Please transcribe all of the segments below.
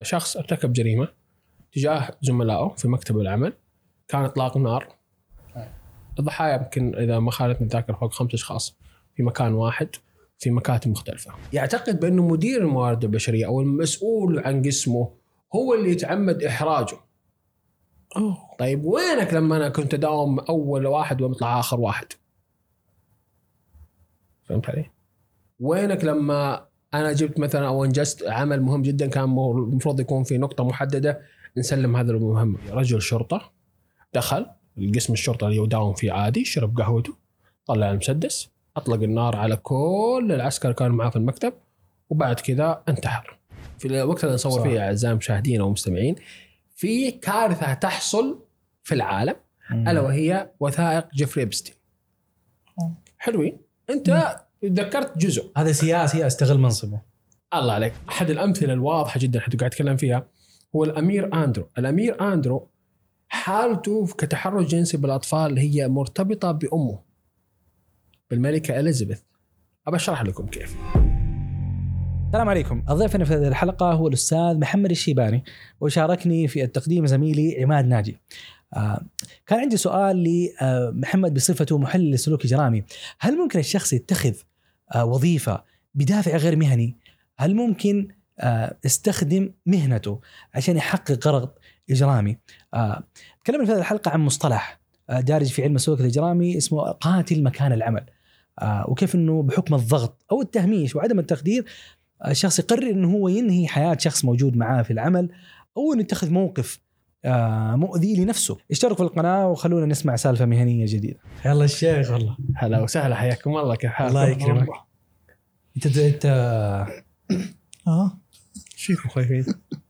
شخص ارتكب جريمة تجاه زملائه في مكتب العمل، كان إطلاق نار. الضحايا يمكن إذا ما خانتني الذاكرة فوق 5 أشخاص في مكان واحد في مكاتب مختلفة. يعتقد بأنه مدير الموارد البشرية أو المسؤول عن قسمه هو اللي يتعمد إحراجه. طيب وينك لما أنا كنت أداوم أول واحد ومطلع آخر واحد؟ فهمت علي؟ وينك لما أنا جبت مثلا أو أنجزت عمل مهم جدا كان المفروض يكون في نقطة محددة نسلم هذا المهم؟ رجل شرطة دخل القسم الشرطة اللي يداوم فيه عادي، شرب قهوته، طلع المسدس، أطلق النار على كل العسكر كانوا معاه في المكتب، وبعد كذا انتحر. في الوقت اللي نصور فيه أعزائي المشاهدين ومستمعين في كارثة تحصل في العالم ألا وهي وثائق جيفري إبستين. حلوين أنت ذكرت جزء هذا سياسي استغل منصبه. الله عليك. أحد الأمثلة الواضحة جدا حتى قاعد أتكلم فيها هو الأمير أندرو. الأمير أندرو حالته كتحرش جنسي بالأطفال هي مرتبطة بأمه بالملكة إليزابيث. أبشرح لكم كيف. السلام عليكم. ضيفنا في هذه الحلقة هو الأستاذ محمد الشيباني، وشاركني في التقديم زميلي عماد ناجي. كان عندي سؤال لمحمد بصفته محلل سلوكي جرامي. هل ممكن الشخص يتخذ وظيفة بدافع غير مهني؟ هل ممكن يستخدم مهنته عشان يحقق غرض إجرامي؟ تكلمنا في هذه الحلقة عن مصطلح دارج في علم السلوك الإجرامي اسمه قاتل مكان العمل، وكيف أنه بحكم الضغط أو التهميش وعدم التقدير الشخص يقرر أنه هو ينهي حياة شخص موجود معاه في العمل، أو أنه يتخذ موقف مؤذي لنفسه. اشتركوا في القناة وخلونا نسمع سالفة مهنية جديدة. يلا الشيخ. والله هلا وسهلا، حياكم الله. كيف حالكم؟ الله يكرمك. انت شيكم خايفين؟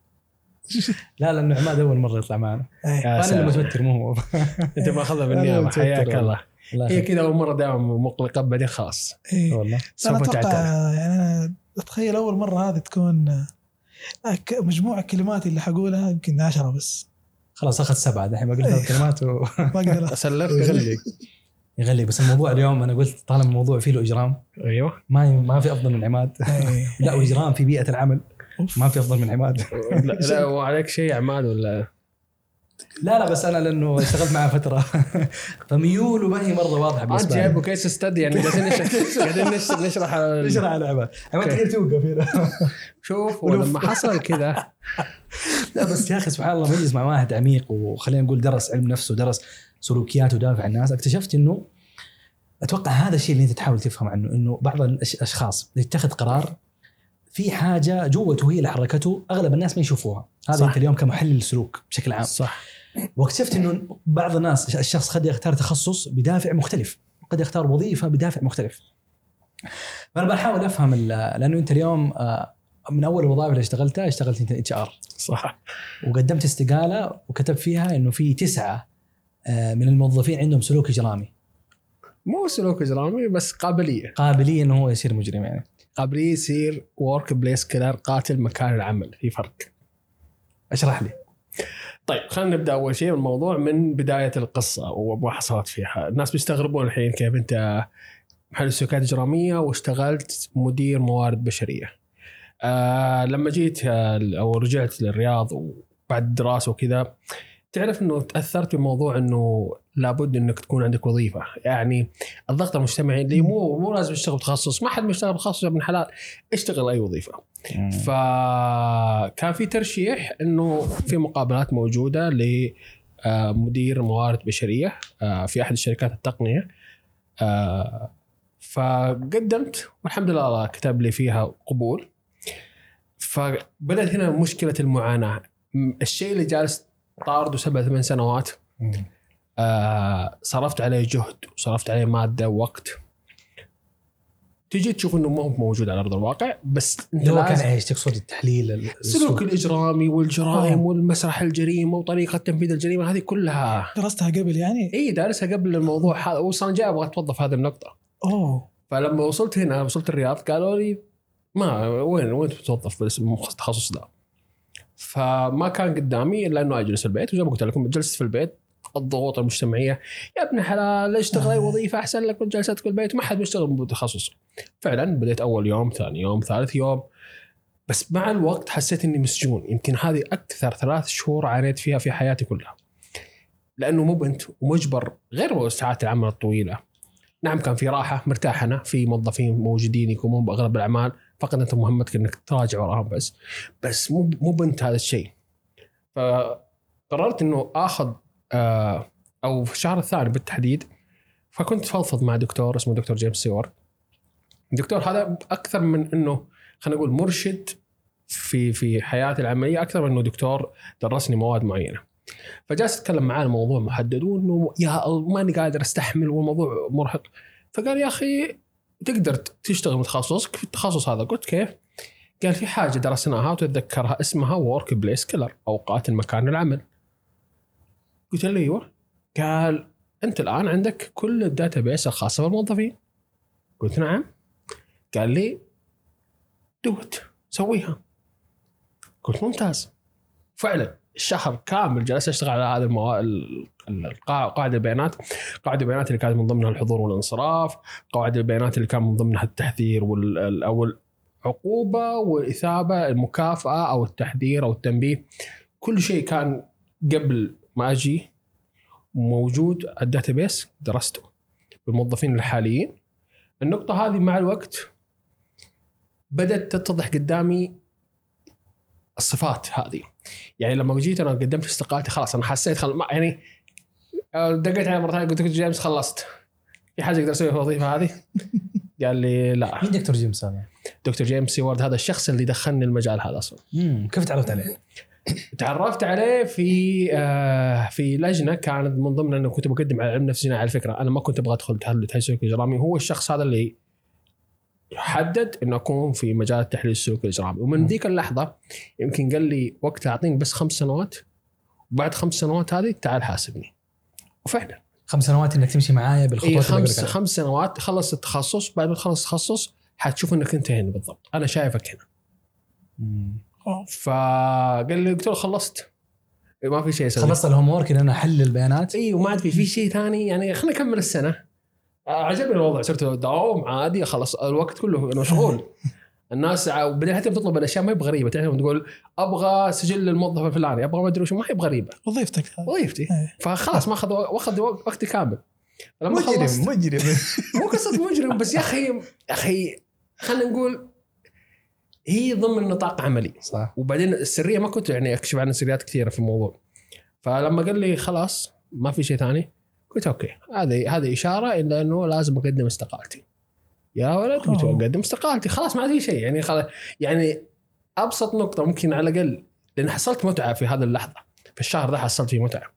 لا لأنه عماد أول مرة يطلع معنا. أنا اللي متوتر مو هو. أنت ما أخذها بالنيابة. حياك الله. هي كذا أول مرة دائما مقلقة بعدين خلاص. والله سوف تعتذر. يعني أتخيل أول مرة هذه تكون مجموعة كلمات اللي حقولها يمكن 10 بس. خلاص أخذ 7 دحين ما قلت الكلمات ما أقدر أسلف يغلي. بس الموضوع اليوم أنا قلت طالما الموضوع فيه له إجرام. أيوة. ما في أفضل من عماد. لا وإجرام في بيئة العمل ما في أفضل من عماد. لا وعليك شيء عماد ولا لا بس أنا لأنه اشتغلت معه فترة فميوله ما هي مرة واضحة بالنسبة لي. جايبه كيس استدي يعني قاعدين نشرح على عماد تقدر توقف هنا. شوف ولما حصل كذا. لا بس يا أخي سبحان الله مجلس مع واحد عميق وخلينا نقول درس علم نفسه ودرس سلوكيات ودافع الناس. اكتشفت إنه أتوقع هذا الشيء اللي أنت تحاول تفهم عنه، إنه بعض الأشخاص يتخذ قرار في حاجة جوته هي اللي حركته، أغلب الناس ما يشوفوها. هذا أنت اليوم كمحلل سلوك بشكل عام. صح. واكتشفت إنه بعض الناس الشخص قد يختار تخصص بدافع مختلف، قد يختار وظيفة بدافع مختلف. فأنا بحاول أفهم لأنه أنت اليوم من أول الوظائف اللي اشتغلت أنت HR. صح. وقدمت استقالة وكتب فيها إنه في 9 من الموظفين عندهم سلوك إجرامي. مو سلوك إجرامي بس قابلية إنه هو يصير مجرم، يعني قابلية يصير work place killer، قاتل مكان العمل. في فرق. أشرح لي. طيب خلينا نبدأ أول شيء الموضوع من بداية القصة وما حصلت فيها. الناس بيستغربون الحين كيف أنت محلل سلوكيات إجرامية واشتغلت مدير موارد بشرية. لما جيت أو رجعت للرياض وبعد الدراسة وكذا تعرف أنه تأثرت بموضوع أنه لابد أنك تكون عندك وظيفة. يعني الضغط المجتمعي اللي مو لازم تشتغل بتخصص، ما حد مشتغل بتخصص ابن حلال، اشتغل أي وظيفة. فكان في ترشيح أنه في مقابلات موجودة لمدير موارد بشرية في أحد الشركات التقنية. فقدمت والحمد لله الله كتب لي فيها قبول. فبدأت هنا مشكلة المعاناة. الشيء اللي جالس طارده 7-8 سنوات صرفت عليه جهد وصرفت عليه مادة ووقت، تيجي تشوف انه ما هو موجود على ارض الواقع. بس انت هو كان ايش تقصد؟ التحليل السلوك الاجرامي والجرائم والمسرح الجريمه وطريقه تنفيذ الجريمه هذه كلها درستها قبل يعني. اي دارسها قبل الموضوع هذا، وصار جاي ابغى اتوظف هذه النقطه. فلما وصلت هنا وصلت الرياض قالوا لي ما وين تتوظف باسم التخصص ده. فما كان قدامي الا انه اجلس في البيت، وزي ما قلت لكم جلست في البيت. الضغوط المجتمعيه يا ابن حلال اشتغل اي وظيفه احسن لك من جلستك في البيت، وما حد بيشتغل بتخصصه. فعلا بديت اول يوم، ثاني يوم، ثالث يوم بس مع الوقت حسيت إني مسجون. يمكن هذه أكثر 3 شهور عانيت فيها في حياتي كلها، لأنه مو بنت ومجبر غير ساعات العمل الطويلة. نعم كان في راحة، مرتاح أنا، في موظفين موجودين يقومون بأغلب الأعمال، فقط أنت مهمتك إنك تراجع وراهم بس مو بنت هذا الشيء. فقررت إنه آخذ أو في الشهر الثاني بالتحديد، فكنت فضفض مع دكتور اسمه دكتور جيمس سيوارد. الدكتور هذا أكثر من إنه خلينا نقول مرشد في حياتي العملية، أكثر من إنه دكتور درسني مواد معينة. فجالس أتكلم معاه الموضوع محدد، وإنه يا ماني قادر أستحمل والموضوع مرهق. فقال يا أخي تقدر تشتغل متخصصك في التخصص هذا. قلت كيف؟ قال في حاجة درسناها وتتذكرها اسمها work place killer، أوقات المكان العمل. قلت له أيوة. قال أنت الآن عندك كل الداتابيس الخاصة بالموظفين. قلت نعم. قال لي دوت سويها. قلت ممتاز. فعلا الشهر كامل جلست أشتغل على هذا قاعدة البيانات اللي كانت من ضمنها الحضور والانصراف، قواعد البيانات اللي كان من ضمنها التحذير أو العقوبة والإثابة، المكافأة أو التحذير أو التنبيه. كل شيء كان قبل ما أجي موجود الداتابيس، درسته بالموظفين الحاليين. النقطة هذه مع الوقت بدأت تتضح قدامي الصفات هذه. يعني لما جيت أنا قدمت استقالتي خلاص أنا حسيت يعني دقيت على مرة ثانية قلت دكتور جيمس خلصت، في حاجة أقدر أسويها في الوظيفة هذه؟ قال لي لا. مين دكتور جيمس هذا؟ دكتور جيمس سيوارد هذا الشخص اللي دخلني المجال هذا أصلا. كيف تعرفت عليه؟ تعرفت عليه في لجنة كانت من ضمن أنه كنت بقدم على علم نفس على فكرة. أنا ما كنت أبغى أدخل تحليل السلوك الإجرامي. هو الشخص هذا اللي حدد إنه أكون في مجال التحليل السلوك الإجرامي. ومن ذيك اللحظة يمكن قال لي وقت أعطيني بس 5 سنوات، وبعد 5 سنوات هذه تعال حاسبني. وفعلا 5 سنوات إنك تمشي معايا بالخطوات. 5 سنوات خلص التخصص. بعد ما تخلص التخصص حتشوف إنك أنت هنا بالضبط، أنا شايفك هنا. فقال لي دكتور خلصت، ما في شيء خلصت الهوم وورك إن أنا أحلل البيانات. وما عاد في شيء ثاني يعني، خلينا نكمل السنة. عجبني الوضع، صرت دوام عادي خلص الوقت كله مشغول. الناس وبعدين حتى بتطلب الاشياء ما هي بغريبه، تعرف تقول ابغى سجل الموظف الفلاني، ابغى ما ادري وش، ما هي بغريبه، وظيفتي. فخلاص ما اخذ وقتي كامل. لما مجرم مو قصه مجرم بس يا اخي خلينا نقول هي ضمن نطاق عملي صح. وبعدين السريه ما كنت يعني اكشف عن سريات كثيره في الموضوع. فلما قال لي خلاص ما في شيء ثاني قلت اوكي، هذه اشاره الى انه لازم اقدم استقالتي. يا ولد قلت اقدم استقالتي خلاص ما في شيء يعني يعني ابسط نقطه ممكن على الاقل، لان حصلت متعه في هذه اللحظه، في الشهر ده حصلت فيه متعه.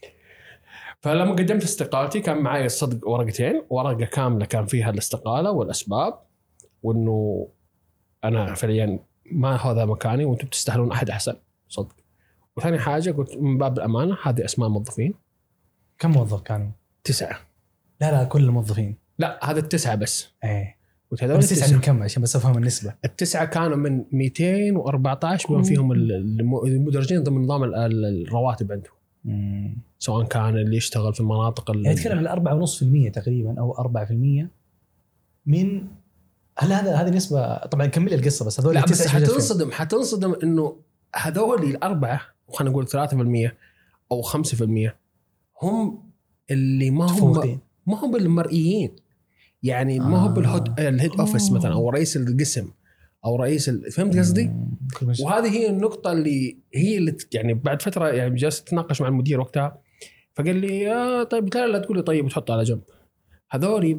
فلما قدمت استقالتي كان معي الصدق ورقتين، ورقه كامله كان فيها الاستقاله والاسباب، وانه انا فعليا ما هذا مكاني وانتم بتستاهلون احد احسن صدق. وثاني حاجه قلت من باب الامانه هذه اسماء موظفين. كم موظف كانوا؟ 9. لا كل الموظفين؟ لا هذا 9 بس. ايه وهذول بس 9 من كم عشان بس افهم النسبه؟ 9 كانوا من 214 بما فيهم المدرجين ضمن نظام الرواتب عندهم. سواء كان اللي يشتغل في المناطق يعني نتكلم على 4.5% تقريبا او 4% من هذه نسبه. طبعا كمل القصه بس هذول. لا بس حتنصدم انه هذول الاربعه وخلينا نقول 3% او 5% هم اللي ما هم المرئيين، يعني ما هو بالهيد اوفيس مثلا او رئيس القسم او رئيس فهمت قصدي؟ وهذه هي النقطه اللي يعني بعد فتره يعني جلست اتناقش مع المدير وقتها، فقال لي طيب لا تقول لي طيب وتحط على جنب. هذول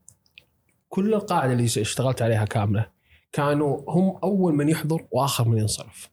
كل القاعده اللي اشتغلت عليها كامله كانوا هم اول من يحضر واخر من ينصرف،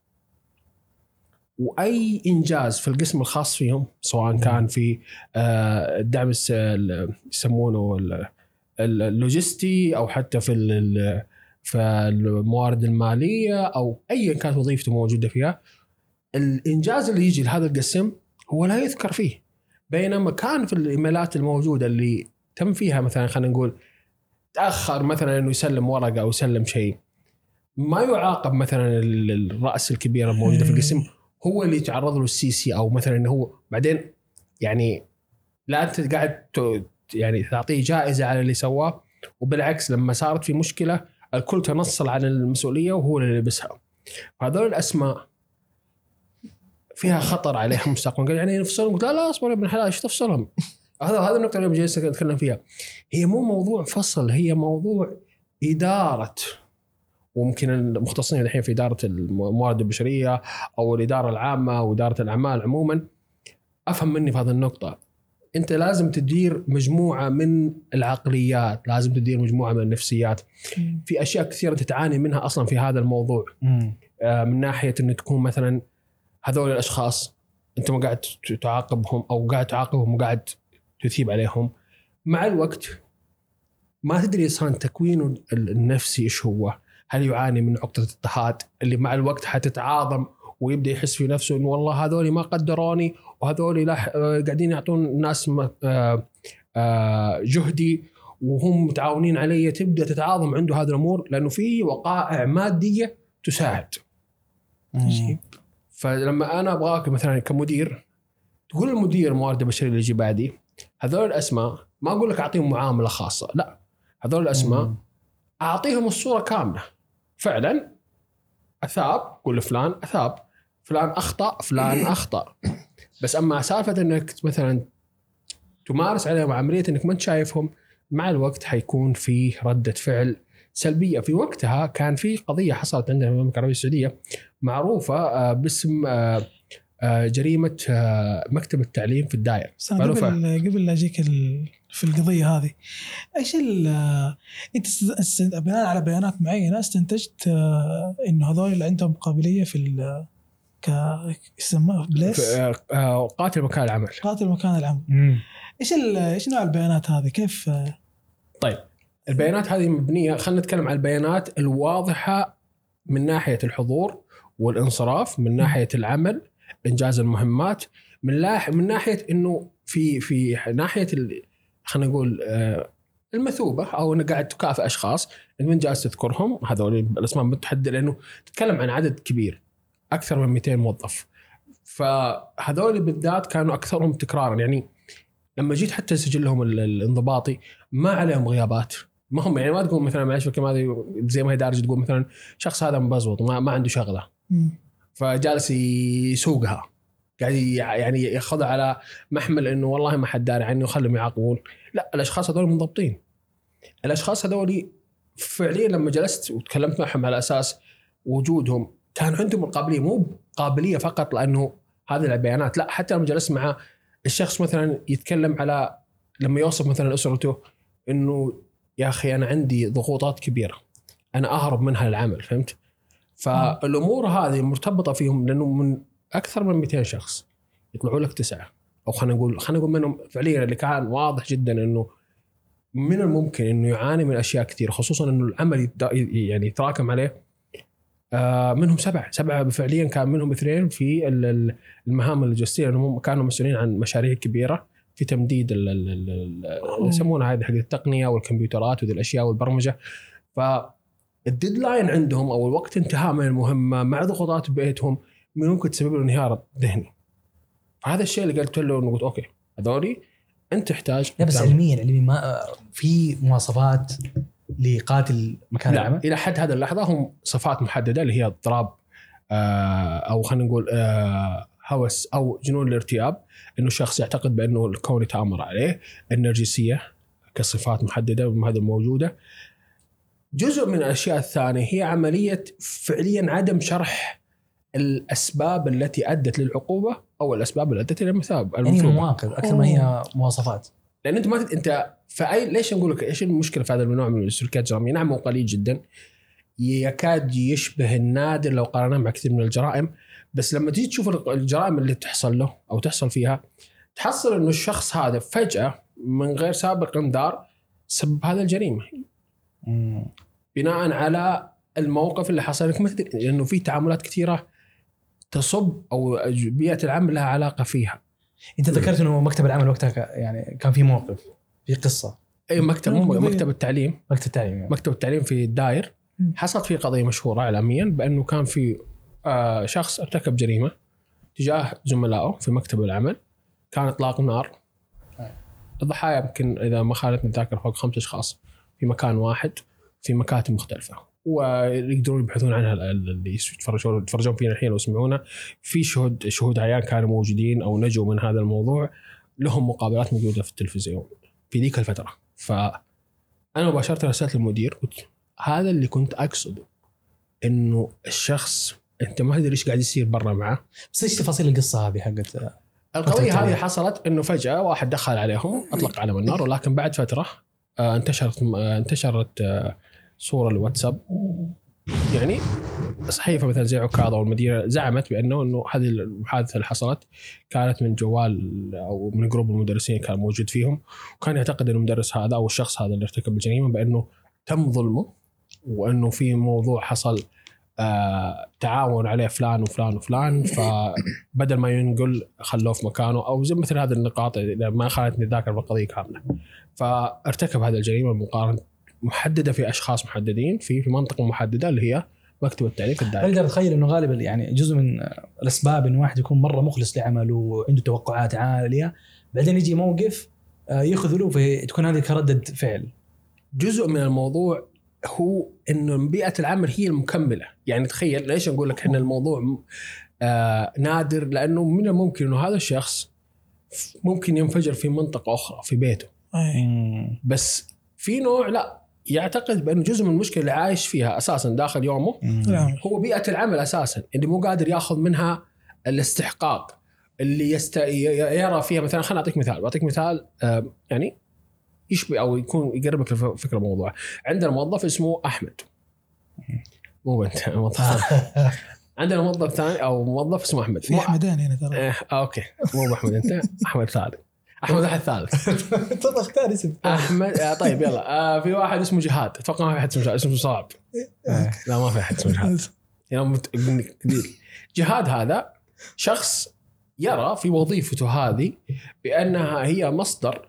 واي انجاز في القسم الخاص فيهم سواء كان في الدعم يسمونه اللوجستي او حتى في الموارد الماليه او ايا كانت وظيفته موجوده فيها، الانجاز اللي يجي لهذا القسم هو لا يذكر فيه. بينما كان في الايميلات الموجوده اللي تم فيها مثلا خلينا نقول تاخر مثلا انه يسلم ورقه او يسلم شيء، ما يعاقب مثلا الراس الكبير الموجوده في القسم هو اللي يتعرض له السي او مثلا انه هو بعدين يعني لا انت قاعد يعني تعطيه جائزه على اللي سواه، وبالعكس لما صارت في مشكله الكل تنصل عن المسؤوليه وهو اللي لبسها. هذول الاسماء فيها خطر عليهم مستقبلا. يعني نفصلهم، قلت لا اصبر يا ابن الحلال ايش تفصلهم؟ هذا النقطه اللي جالس اتكلم فيها. هي مو موضوع فصل، هي موضوع اداره. وممكن المختصين الحين في اداره الموارد البشريه او الاداره العامه او اداره الاعمال عموما افهم مني في هذه النقطه. انت لازم تدير مجموعه من العقليات، لازم تدير مجموعه من النفسيات. في اشياء كثيره انت تعاني منها اصلا في هذا الموضوع. من ناحيه انه تكون مثلا هذول الاشخاص انت ما قاعد تعاقبهم او قاعد تعاقبهم وقاعد تثيب عليهم، مع الوقت ما تدري اصلا تكوينه النفسي ايش هو. هل يعاني من عقده اضطهاد اللي مع الوقت حتتعاظم ويبدا يحس في نفسه انه والله هذول ما قدروني وهذول قاعدين يعطون الناس جهدي وهم متعاونين علي، تبدا تتعاظم عنده هذه الامور لانه في وقائع ماديه تساعد. فلما انا ابغاك مثلا كمدير تقول المدير موارد البشريه اللي يجي بعدي هذول الاسماء، ما اقول لك اعطيهم معامله خاصه، لا، هذول الاسماء اعطيهم الصوره كامله. فعلا اثاب، قول فلان اثاب، فلان اخطا، فلان اخطا. بس اما سالفه انك مثلا تمارس عليهم عمليه انك ما انت شايفهم، مع الوقت حيكون في رده فعل سلبيه. في وقتها كان في قضيه حصلت عندنا في المملكه العربيه السعوديه معروفه باسم جريمه مكتب التعليم في الدائر. قبل لا اجيك في القضيه هذه، ايش انت بناء على بيانات معينه استنتجت انه هذول اللي عندهم قابليه في يسمى بليس قاتل مكان العمل. قاتل مكان العمل. ايش نوع البيانات هذه؟ كيف؟ طيب البيانات هذه مبنيه، خلينا نتكلم عن البيانات الواضحه من ناحيه الحضور والانصراف، من ناحيه العمل، انجاز المهمات، من ناحيه انه في ناحيه خلينا نقول المثوبه او انك قاعد تكافئ اشخاص من جالس تذكرهم. هذول الاسماء متحدده لانه تتكلم عن عدد كبير اكثر من 200 موظف، فهذول بالذات كانوا اكثرهم تكرارا. يعني لما جيت حتى سجل لهم الانضباطي ما عليهم غيابات، ما هم يعني ما تقول مثلا معلش كما هذه زي ما هي دارجه تقول مثلا شخص هذا مبزوط ما عنده شغله فجالس يسوقها، قاعد يعني ياخذها على محمل انه والله ما حد داري عنه وخلهم يعاقبون. لا، الاشخاص هذول منضبطين. الاشخاص هذول فعليا لما جلست وتكلمت معهم على اساس وجودهم كان عندهم القابليه، مو قابليه فقط لانه هذه البيانات، لا، حتى لما جلست مع الشخص مثلا يتكلم على لما يوصف مثلا اسرته انه يا اخي انا عندي ضغوطات كبيره انا اهرب منها للعمل، فهمت؟ فالامور هذه مرتبطه فيهم لانه من اكثر من 200 شخص يطلعوا لك 9 او خلينا نقول منهم فعليا اللي كان واضح جدا انه من الممكن انه يعاني من اشياء كثير، خصوصا انه العمل يعني يتراكم عليه. منهم 7 فعليا، كان منهم 2 في المهام اللوجستيه لانهم كانوا مسؤولين عن مشاريع كبيره في تمديد يسمونها هذه حق التقنيه والكمبيوترات وذي الاشياء والبرمجه. فالديدلاين عندهم او الوقت انتهاء من المهمه مع ضغوطات بيتهم ممكن تسبب له انهيار ذهني. هذا الشيء اللي قلت له انه قلت اوكي هذولي انت تحتاج. بس علميا ما في مواصفات لقاتل مكان العمل الى حد هذا اللحظه هم صفات محدده اللي هي اضطراب او خلينا نقول هوس او جنون الارتياب، انه الشخص يعتقد بانه الكون يتامر عليه، النرجسيه كصفات محدده وهذا موجوده. جزء من الاشياء الثانيه هي عمليه فعليا عدم شرح الاسباب التي ادت للعقوبه او الاسباب التي ادت للمثابه، يعني مواقف اكثر ما هي مواصفات. لان انت ما انت فاي ليش نقول لك ايش المشكله في هذا النوع من السلوكيات الجرائميه؟ نعم هو قليل جدا، يكاد يشبه النادر لو قارناه مع كثير من الجرائم، بس لما تيجي تشوف الجرائم اللي تحصل له او تحصل فيها تحصل انه الشخص هذا فجاه من غير سابق انذار سبب هذا الجريمه بناء على الموقف اللي حصل لك. مثل لانه في تعاملات كثيره تصب او بيئه العمل لها علاقه فيها. انت ذكرت انه مكتب العمل وقتها يعني كان في موقف في قصه. اي مكتب التعليم، مكتب التعليم في الدائر حصلت فيه قضيه مشهوره اعلاميا بانه كان في شخص ارتكب جريمه تجاه زملائه في مكتب العمل، كان اطلاق نار. الضحايا يمكن اذا ما خالتني الذاكره فوق 5 أشخاص في مكان واحد في مكاتب مختلفه، ويقدرون يبحثون عنها اللي يتفرجون فينا الحين ويسمعونا. في شهود عيان كانوا موجودين أو نجوا من هذا الموضوع، لهم مقابلات موجودة في التلفزيون في ذيك الفترة. فأنا مباشرة رسالة المدير قلت هذا اللي كنت أقصده، إنه الشخص أنت ما تدري إيش قاعد يصير برا معه. بس إيش تفاصيل القصة هذه حقت القضية هذه؟ حصلت إنه فجأة واحد دخل عليهم أطلق علم النار، ولكن بعد فترة انتشرت صورة الواتساب، يعني صحيفة مثلا زي عكاظ أو المدينة زعمت بأنه هذه الحادثة اللي حصلت كانت من جوال أو من جروب المدرسين كان موجود فيهم، وكان يعتقد أن المدرس هذا أو الشخص هذا اللي ارتكب الجريمة بأنه تم ظلمه، وأنه في موضوع حصل تعاون عليه فلان وفلان وفلان، فبدل ما ينقل خلوه في مكانه أو زي مثل هذه النقاط ما خلتني ذاكر بالقضية كاملة. فارتكب هذا الجريمة مقارنة محددة في أشخاص محددين في منطقة محددة اللي هي مكتب التعليم في الدائرة. أقدر أتخيل إنه غالبا يعني جزء من الأسباب إنه واحد يكون مرة مخلص لعمله وعنده توقعات عالية، بعدين يجي موقف يخذله فتكون هذه كردة فعل. جزء من الموضوع هو إنه بيئة العمل هي المكملة. يعني تخيل ليش نقول لك إن الموضوع نادر، لأنه من الممكن إنه هذا الشخص ممكن ينفجر في منطقة أخرى في بيته، بس في نوع لا يعتقد بأنه جزء من المشكلة اللي عايش فيها أساساً داخل يومه هو بيئة العمل أساساً، اللي مو قادر يأخذ منها الاستحقاق اللي يرى فيها. مثلاً خلنا أعطيك مثال يعني يشبه أو يكون يقربك لفكرة الموضوع. عندنا موظف اسمه أحمد، مو بنت موظف عندنا موظف ثاني أو موظف اسمه أحمد. في أحمدين هنا ترى. أوكي مو أحمد أنت، أحمد ثالث، أحمد واحد ثالث. تفضل اختار اسم أحمد. طيب يلا. في واحد اسمه جهاد، أتوقع ما في أحد اسمه جهاد، اسمه صعب. لا ما في أحد اسمه جهاد. يعني جهاد هذا شخص يرى في وظيفته هذه بأنها هي مصدر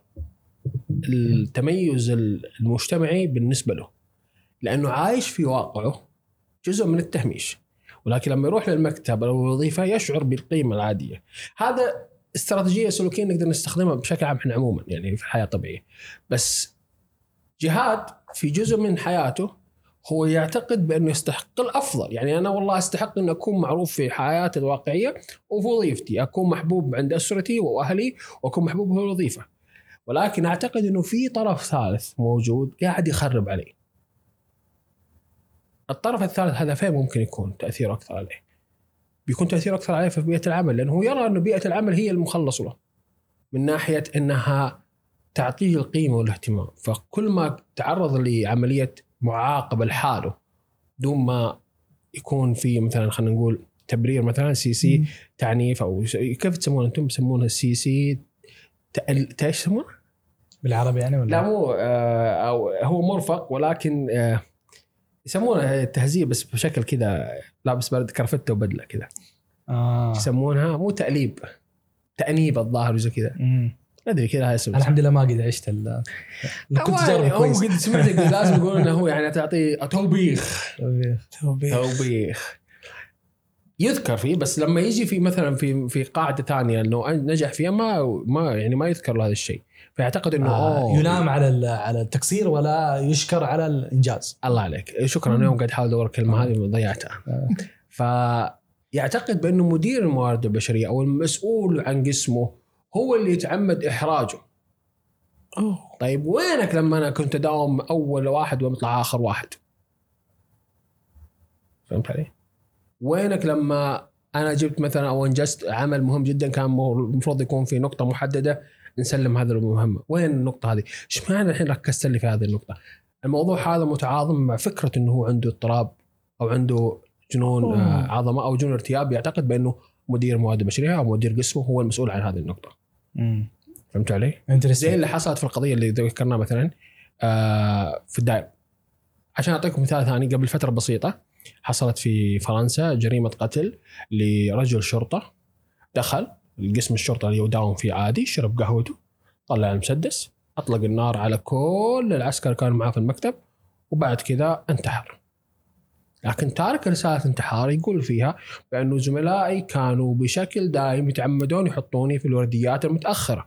التميز المجتمعي بالنسبة له، لأنه عايش في واقعه جزء من التهميش، ولكن لما يروح للمكتب أو الوظيفة يشعر بالقيمة العادية. هذا استراتيجية سلوكية نقدر نستخدمها بشكل عام احنا عموما يعني في الحياة الطبيعية. بس جهاد في جزء من حياته هو يعتقد بأنه يستحق الأفضل. يعني أنا والله أستحق أن أكون معروف في حياتي الواقعية وفي وظيفتي، أكون محبوب عند أسرتي وأهلي وأكون محبوب في الوظيفة، ولكن أعتقد أنه في طرف ثالث موجود قاعد يخرب عليه. الطرف الثالث هذا فين ممكن يكون تأثير أكثر عليه؟ بيكون تأثير أكثر عليه في بيئة العمل، لأنه يرى أنه بيئة العمل هي المخلص له من ناحية أنها تعطيه القيمة والاهتمام. فكل ما تعرض لعملية معاقبة لحاله دون ما يكون في مثلا خلينا نقول تبرير، مثلا سي تعنيف أو كيف تسمونه أنتم؟ تسمونه سي ايش يسمونه بالعربي يعني ولا؟ لا مو أو هو مرفق، ولكن يسمونه تهذيب بس بشكل كذا، لابس برد كرفتة وبدلة كذا. يسمونها مو تأنيب الظاهر وزي كذا. ادري كذا هاي اسمه. الحمد لله ما قد عشت كنت تجرب كويس. قد سمعت لازم يقولون انه هو يعني تعطي توبيخ يذكر فيه، بس لما يجي في مثلا في قاعده ثانيه انه نجح فيها ما يذكر له هذا الشيء، فيعتقد انه يلام على التقصير ولا يشكر على الانجاز. الله عليك، شكرا. انا يوم قاعد احاول ادور الكلمه هذه ضيعتها. فيعتقد بانه مدير الموارد البشريه او المسؤول عن قسمه هو اللي يتعمد إحراجه. طيب وينك لما أنا كنت داوم أول واحد ومطلع آخر واحد؟ فهمت علي؟ وينك لما أنا جبت مثلا أو أنجزت عمل مهم جدا كان المفروض يكون في نقطة محددة نسلم هذا المهمة؟ وين النقطة هذه؟ إيش معنى الحين ركزت لي في هذه النقطة؟ الموضوع هذا متعاظم مع فكرة إنه هو عنده اضطراب أو عنده جنون عظمة أو جنون ارتياب، يعتقد بأنه مدير موارد البشرية أو مدير قسمه هو المسؤول عن هذه النقطة. فهمت علي؟ زي اللي حصلت في القضية اللي ذكرناها مثلا في الدائرة. عشان أعطيكم مثال ثاني، قبل فترة بسيطة حصلت في فرنسا جريمة قتل لرجل شرطة. دخل القسم الشرطة اللي يداوم فيه عادي، شرب قهوته، طلع المسدس، أطلق النار على كل العسكر كانوا معاه في المكتب، وبعد كذا انتحر. لكن تارك رسالة انتحار يقول فيها بأنه زملائي كانوا بشكل دائم يتعمدون يحطوني في الورديات المتأخرة.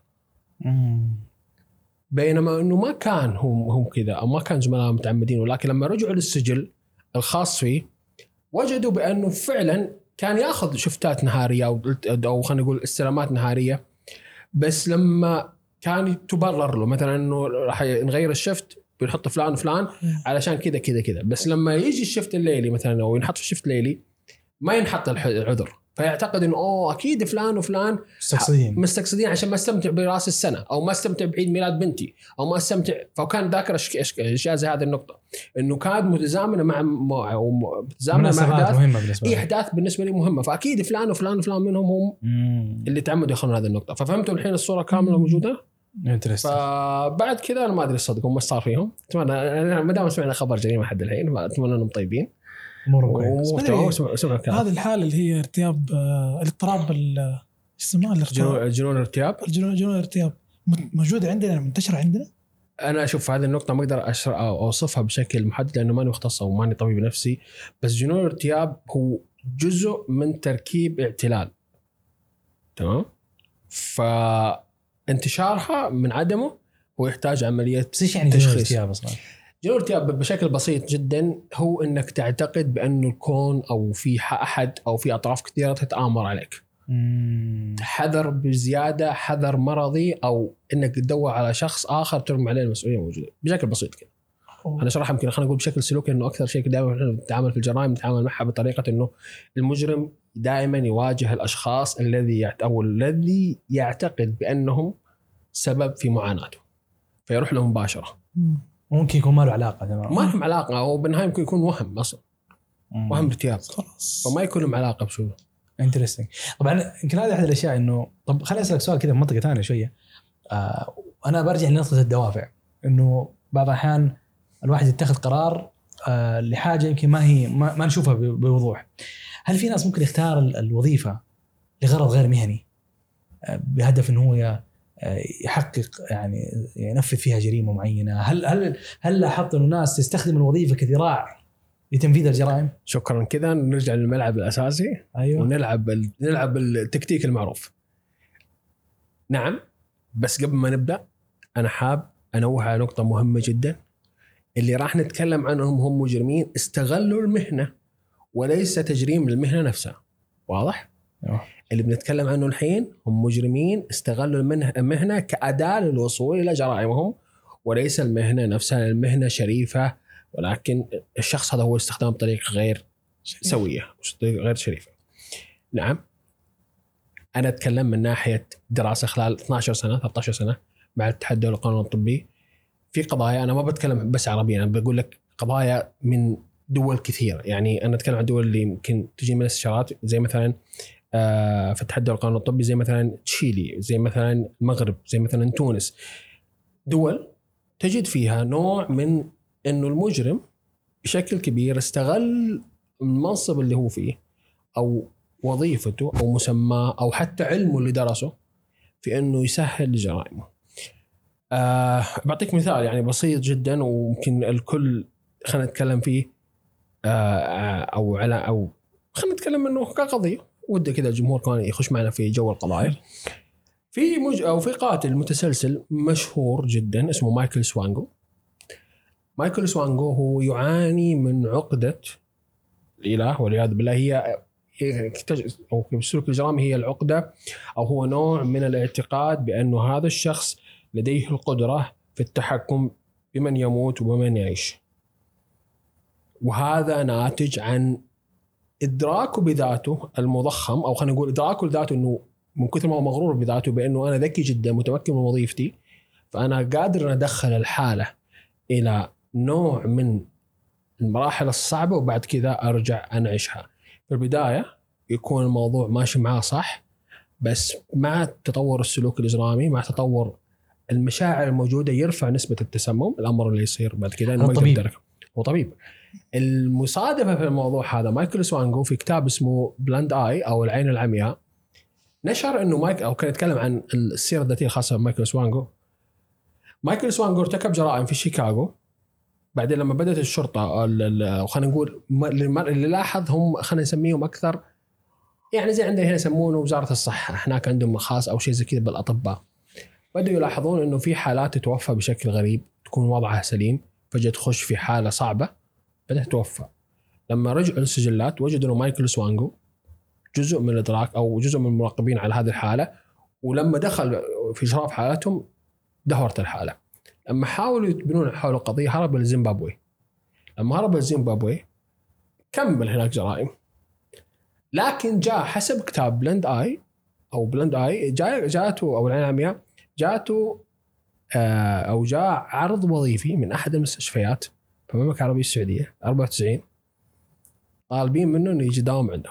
بينما أنه ما كان هم كذا أو ما كان زملاء متعمدين، ولكن لما رجعوا للسجل الخاص فيه، وجدوا بأنه فعلا كان يأخذ شفتات نهارية أو خلينا نقول استلامات نهارية، بس لما كان تبرر له مثلا أنه راح نغير الشفت بنحط فلان وفلان علشان كذا كذا كذا، بس لما يجي الشفت الليلي مثلا أو ينحط في الشفت الليلي ما ينحط العذر، فيعتقد انه اكيد فلان وفلان مستقصدين عشان ما استمتع براس السنه او ما استمتع بعيد ميلاد بنتي او ما استمتع. فكان ذاكر اشياء زي هذه النقطه، انه كانت متزامنه مع متزامنه مع احداث مهمه بالنسبه لي، احداث بالنسبه لي مهمه، فاكيد فلان وفلان وفلان منهم هم اللي تعمدوا ياخذون هذه النقطه. ففهمتوا الحين الصوره كامله موجوده. فبعد كذا انا ما ادري صدقوا ما صار فيهم. اتمنى ما دام سمعنا خبر جريمه حد الحين، اتمنى انهم طيبين. هذه الحالة اللي هي ارتياب الاضطراب اسمه جنون الارتياب. جنون الارتياب موجودة عندنا، منتشرة عندنا. أنا أشوف هذه النقطة ما أقدر أوصفها بشكل محدد لأنه ماني مختص أو ماني طبيب نفسي، بس جنون الارتياب هو جزء من تركيب اعتلال، تمام؟ فانتشارها من عدمه هو يحتاج عملية تشخيص. يعني جنون الارتياب أصلاً جنون الارتياب بشكل بسيط جدا هو انك تعتقد بانه الكون او في احد او في اطراف كثيره تتآمر عليك. حذر بزياده، حذر مرضي، او انك تدور على شخص اخر ترمي عليه المسؤوليه موجوده بشكل بسيط كده. انا شرحها يمكن خلينا نقول بشكل سلوكي، انه اكثر شيء دائما نتعامل في الجرائم نتعامل معها بطريقه انه المجرم دائما يواجه الاشخاص الذي يعتقد بانهم سبب في معاناته فيروح لهم مباشره. ممكن يكون ما له علاقة، ما لهم علاقة، أو بالنهاية ممكن يكون وهم أصلا، وهم ارتياب، فما يكون لهم علاقة بشو. انترستينج. طبعا يمكن هذه أحد الأشياء إنه طب خليني أسألك سؤال كذا في منطقة ثانية شوية. أنا برجع لنقطة الدوافع، إنه بعض الأحيان الواحد يتخذ قرار لحاجة يمكن ما نشوفها بوضوح. هل في ناس ممكن يختار الوظيفة لغرض غير مهني بهدف إنه هو يحقق يعني ينفذ فيها جريمة معينة؟ هل لاحظت إنه ناس تستخدم الوظيفة كذراع لتنفيذ الجرائم؟ شكرا. كذا نرجع للملعب الأساسي. أيوة. ونلعب التكتيك المعروف. نعم، بس قبل ما نبدأ أنا حاب أنوه على نقطة مهمة جدا. اللي راح نتكلم عنهم هم مجرمين استغلوا المهنة وليس تجريم المهنة نفسها. واضح؟ أيوة. اللي بنتكلم عنه الحين هم مجرمين استغلوا المهنة كأداة للوصول إلى جرائمهم وليس المهنة نفسها. المهنة شريفة، ولكن الشخص هذا هو استخدام بطريقة غير سوية، غير شريفة. نعم، أنا أتكلم من ناحية دراسة خلال 12 سنة 13 سنة مع الاتحاد الدولي للقانون الطبي في قضايا. أنا ما بتكلم بس عربيا، أنا بقول لك قضايا من دول كثيرة. يعني أنا أتكلم عن دول اللي يمكن تجي من الاستشارات، زي مثلا في الاتحاد الدولي للقانون الطبي، زي مثلا تشيلي، زي مثلا المغرب، زي مثلا تونس. دول تجد فيها نوع من إنه المجرم بشكل كبير استغل المنصب اللي هو فيه أو وظيفته أو مسماه أو حتى علمه اللي درسه في إنه يسهل جرائمه. بعطيك مثال يعني بسيط جدا وممكن الكل خلينا نتكلم فيه أو خلينا نتكلم إنه كقضية وده كده الجمهور كمان يخش معنا في جو القضايا. في قاتل متسلسل مشهور جدا اسمه مايكل سوانغو. مايكل سوانغو هو يعاني من عقدة الإله والعياذ بالله. هي أو في سلوك الجرائم هي العقدة، أو هو نوع من الاعتقاد بأنه هذا الشخص لديه القدرة في التحكم بمن يموت وبمن يعيش، وهذا ناتج عن إدراكه بذاته المضخم، أو خلينا نقول إدراكه لذاته أنه من كثر ما هو مغرور بذاته بأنه أنا ذكي جدا متمكن من وظيفتي، فأنا قادر أن أدخل الحالة إلى نوع من المراحل الصعبة وبعد كذا أرجع أنعيشها. في البداية يكون الموضوع ماشي معاه صح، بس مع تطور السلوك الإجرامي، مع تطور المشاعر الموجودة، يرفع نسبة التسمم. الأمر اللي يصير بعد كذا إنه هو طبيب. المصادفة في الموضوع هذا مايكل سوانغو في كتاب اسمه بلاند آي أو العين العمياء نشر إنه أو كان يتكلم عن السيرة الذاتية الخاصة بمايكل سوانغو. مايكل سوانغو ارتكب جرائم في شيكاغو. بعدين لما بدأت الشرطة خلينا نقول اللي لاحظ هم خلينا نسميهم أكثر يعني زي عندنا هنا يسمونه وزارة الصحة، هناك عندهم خاص أو شيء زي كذا بالأطباء. بدأوا يلاحظون إنه في حالات تتوفى بشكل غريب، تكون وضعها سليم، فجأة تخش في حالة صعبة بدأت تتوفى. لما رجعوا للسجلات وجدوا انه مايكل سوانغو جزء من الادراك او جزء من المراقبين على هذه الحاله، ولما دخل في اشراف حالتهم دهورت الحاله. لما حاولوا يتبنون حول القضيه هرب لزيمبابوي. لما هرب لزيمبابوي كمل هناك جرائم، لكن جاء حسب كتاب بلند اي جاءته او العين العمياء جاءته او جاء عرض وظيفي من احد المستشفيات في المملكه العربيه السعوديه 94 طالبين منه انه يجي يداوم عندهم.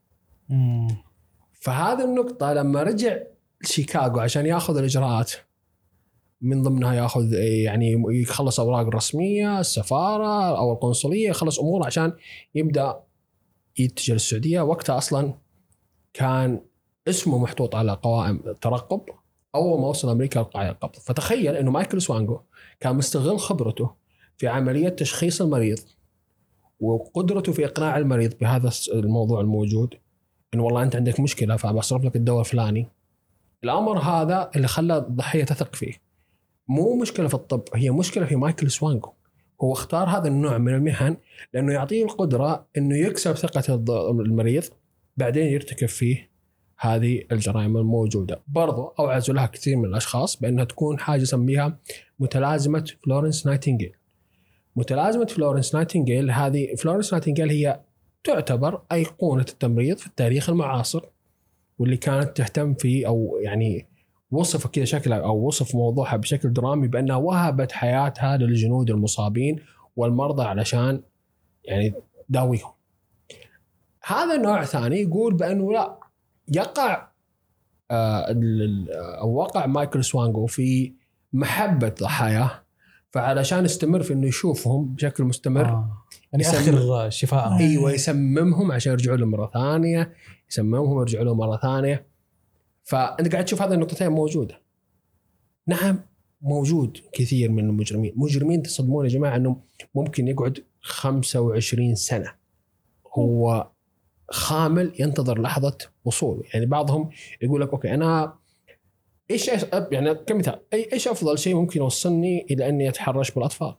فهذه النقطه لما رجع شيكاغو عشان ياخذ الاجراءات من ضمنها ياخذ يعني يخلص اوراق رسميه السفاره او القنصليه، يخلص امور عشان يبدا يتجه للسعوديه. وقتها اصلا كان اسمه محطوط على قوائم الترقب اول ما وصل امريكا لقاع القبض. فتخيل انه مايكل سوانغو كان مستغل خبرته في عمليه تشخيص المريض وقدرته في اقناع المريض بهذا الموضوع الموجود، انه والله انت عندك مشكله فبصرف لك الدواء الفلاني. الامر هذا اللي خلى الضحيه تثق فيه. مو مشكله في الطب، هي مشكله في مايكل سوانغو. هو اختار هذا النوع من المهن لانه يعطيه القدره انه يكسب ثقه المريض بعدين يرتكب فيه هذه الجرائم الموجوده. برضو اوعز لها كثير من الاشخاص بانها تكون حاجه سميها متلازمه فلورنس نايتنجيل. متلازمه فلورنس نايتنجيل هذه فلورنس نايتنجيل هي تعتبر ايقونه التمريض في التاريخ المعاصر، واللي كانت تهتم فيه او يعني وصف كذا شكلها او وصف موضوعها بشكل درامي بانها وهبت حياتها للجنود المصابين والمرضى علشان يعني داويهم. هذا نوع ثاني يقول بانه لا يقع او وقع مايكل سوانغو في محبه ضحاياه، فعلشان يستمر في انه يشوفهم بشكل مستمر يعني اخر شفاءهم. ايوه يسممهم عشان يرجعوا له مره ثانيه، يسممهم ويرجعوا له مره ثانيه. فانت قاعد تشوف هذه النقطتين موجوده. نعم موجود كثير من مجرمين تصدمون يا جماعه انه ممكن يقعد 25 سنه هو خامل ينتظر لحظه وصوله. يعني بعضهم يقول لك اوكي انا ايش يعني كمثال ايش افضل شيء ممكن يوصلني الى اني اتحرش بالاطفال؟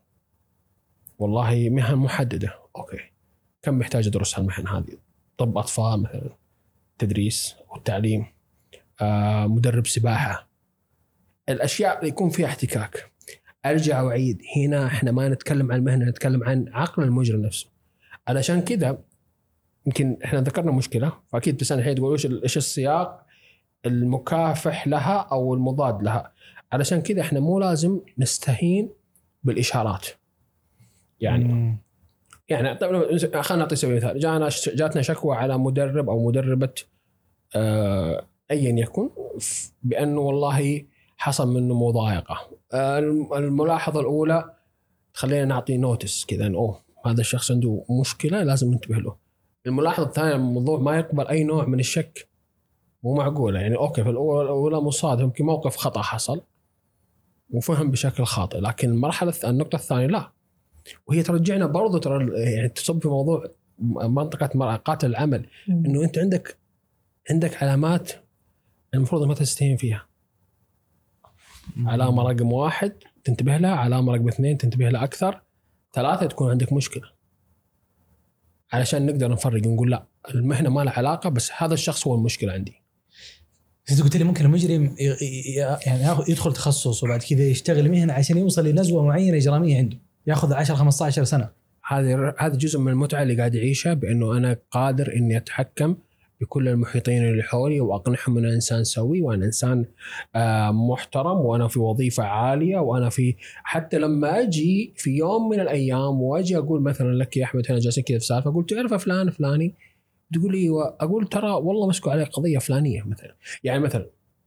والله مهن محدده. اوكي كم محتاج ادرس هالمهن هذه؟ طب اطفال مثلا، تدريس والتعليم، مدرب سباحه، الاشياء اللي يكون فيها احتكاك. ارجع واعيد هنا احنا ما نتكلم عن المهنه، نتكلم عن عقل المجرم نفسه. علشان كذا يمكن احنا ذكرنا مشكله، فاكيد بس الحين تقول ايش السياق المكافح لها او المضاد لها. علشان كذا احنا مو لازم نستهين بالاشارات. يعني خلينا نعطي سبيل مثال. جاتنا شكوى على مدرب او مدربه ايا يكن بانه والله حصل منه مضايقه. الملاحظه الاولى خلينا نعطي نوتس كذا انه هذا الشخص عنده مشكله لازم ننتبه له. الملاحظه الثانيه الموضوع ما يقبل اي نوع من الشك، مو معقوله. يعني اوكي في الاولى مصادف يمكن موقف خطا حصل وفهم بشكل خاطئ، لكن النقطه الثانيه لا، وهي ترجعنا برضو يعني تصب في موضوع منطقه مراقات العمل. انه انت عندك علامات المفروض ما تستهين فيها. علامه رقم 1 تنتبه لها، علامه رقم 2 تنتبه لها اكثر، 3 تكون عندك مشكله، علشان نقدر نفرق نقول لا المهنه ما لها علاقه بس هذا الشخص هو المشكله عندي. انت قلت لي ممكن المجرم يعني يدخل تخصص وبعد كذا يشتغل مهنه عشان يوصل لنزوه معينه اجراميه عنده ياخذ 10-15 سنه. هذا جزء من المتعه اللي قاعد يعيشها، بانه انا قادر اني اتحكم بكل المحيطين اللي حولي واقنعهم ان انسان سوي وانا انسان محترم وانا في وظيفه عاليه وانا في. حتى لما اجي في يوم من الايام واجي اقول مثلا لك يا احمد انا جالسين كذا في سالفه، اقول تعرف فلان فلاني؟ تقول لي اقول ترى والله مسكوا عليه قضيه فلانيه مثلا. يعني مثلا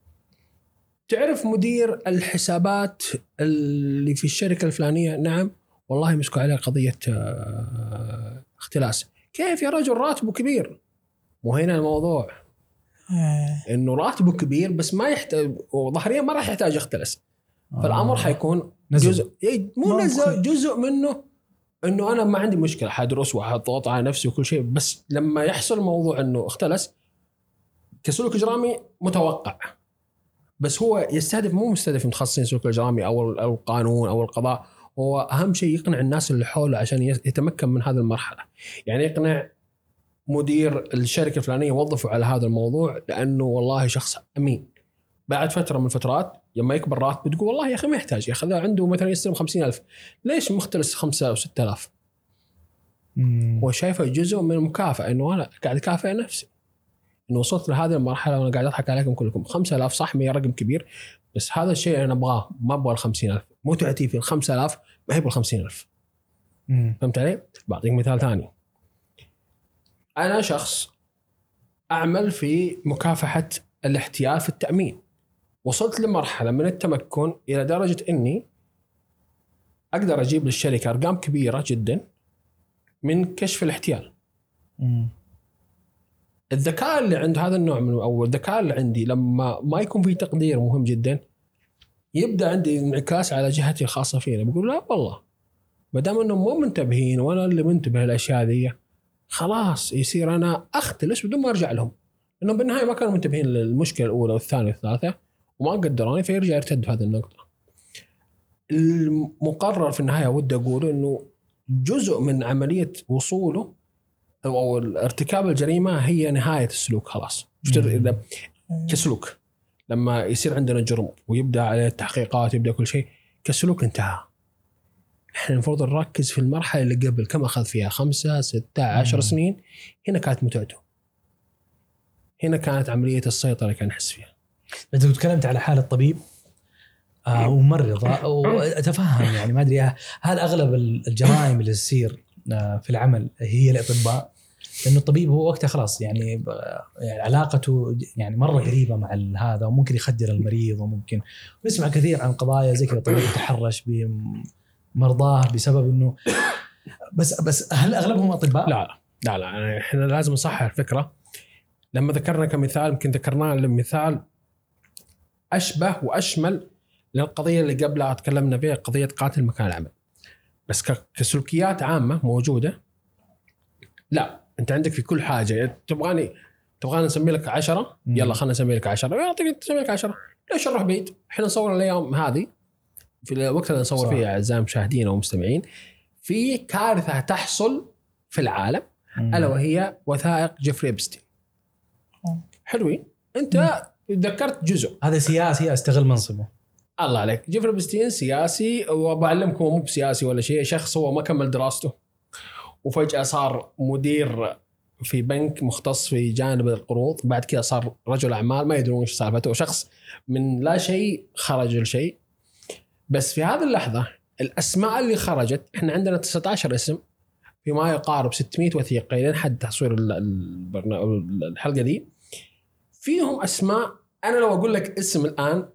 تعرف مدير الحسابات اللي في الشركه الفلانيه؟ نعم والله مسكوا عليه قضيه اختلاس. كيف يا رجل راتبه كبير؟ وهنا الموضوع انه راتبه كبير بس ما يحتاج وظهريا ما راح يحتاج يختلس. فالامر حيكون جزء جزء منه انه انا ما عندي مشكله حادرس وحضغط على نفسي وكل شيء، بس لما يحصل موضوع انه اختلس كسلوك اجرامي متوقع، بس هو يستهدف مو مستهدف متخصصين سلوك الاجرامي او القانون او القضاء، هو أهم شيء يقنع الناس اللي حوله عشان يتمكن من هذه المرحلة. يعني يقنع مدير الشركة الفلانية وظفوا على هذا الموضوع لأنه والله شخص أمين. بعد فترة من الفترات لما يكبر راتب بتقول والله يا أخي ما يحتاج، يا أخي عنده مثلا يستلم 50,000 ليش مختلس 5 أو 6,000؟ هو شايفه جزء من المكافأة، إنه أنا قاعد أكافئ نفسي إنه وصلت لهذه المرحلة وأنا قاعد أضحك عليكم كلكم. 5,000 صح هي رقم كبير، بس هذا الشيء أنا أبغاه، ما أبغى 50,000. متعتي في 5,000 ما هي بال50,000. فهمت علي؟ بعطيك مثال ثاني. أنا شخص أعمل في مكافحة الاحتيال في التأمين، وصلت لمرحلة من التمكن إلى درجة إني أقدر أجيب للشركة أرقام كبيرة جدا من كشف الاحتيال. الذكاء اللي عند هذا النوع من أو الذكاء اللي عندي لما ما يكون في تقدير مهم جدا، يبدأ عندي انعكاس على جهتي الخاصة فينا. بقول لا والله ما دام إنهم مو منتبهين وأنا اللي منتبه للأشياء ذي، خلاص يصير أنا أختلس بدون ما أرجع لهم، إنهم بالنهاية ما كانوا منتبهين للمشكلة الأولى والثانية والثالثة وما قدروني، فيرجع يرتد هذه النقطة. المقرر في النهاية ودي أقول إنه جزء من عملية وصوله أو ارتكاب الجريمة هي نهاية السلوك. خلاص كسلوك لما يصير عندنا جرم ويبدأ عليه التحقيقات يبدأ كل شيء كسلوك انتهى. احنا المفروض نركز في المرحلة اللي قبل، كم أخذ فيها 5 6 10 سنين. هنا كانت متعته، هنا كانت عملية السيطرة كان نحس فيها. أنت تكلمت على حالة طبيب وممرضة وأتفهم يعني ما أدري هل أغلب الجرائم اللي تصير في العمل هي الأطباء، لأنه الطبيب هو وقتها خلاص يعني علاقته يعني مرة قريبة مع هذا وممكن يخدر المريض، وممكن نسمع كثير عن قضايا زي كذا طبيب يتحرش بمرضاه بسبب إنه بس هل أغلبهم أطباء؟ لا إحنا لازم نصحح الفكرة. لما ذكرنا كمثال يمكن ذكرناه لمثال أشبه وأشمل للقضية اللي قبلها تكلمنا فيها، قضية قاتل مكان العمل. بس كسلوكيات عامة موجودة، لا أنت عندك في كل حاجة. تبغاني نسمي لك 10 يلا خلنا نسمي لك 10 يعطيك تسمي لك 10. ليش نروح بعيد؟ إحنا نصور اليوم هذه في الوقت اللي نصور فيه أعزائي المشاهدين أو مستمعين في كارثة تحصل في العالم ألا وهي وثائق جيفري إبستين. حلوين أنت ذكرت جزء هذا سياسي استغل منصبه. الله عليك. جيفري إبستين سياسي، وبعلمكم مو بسياسي ولا شيء، شخص هو ما كمل دراسته وفجأة صار مدير في بنك مختص في جانب القروض، بعد كده صار رجل أعمال ما يدرون إيش سالفته، شخص من لا شيء خرج لشيء. بس في هذه اللحظة الأسماء اللي خرجت، إحنا عندنا 19 اسم في ما يقارب 600 وثيقة لين حد تصوير الحلقة دي، فيهم أسماء أنا لو أقول لك اسم الآن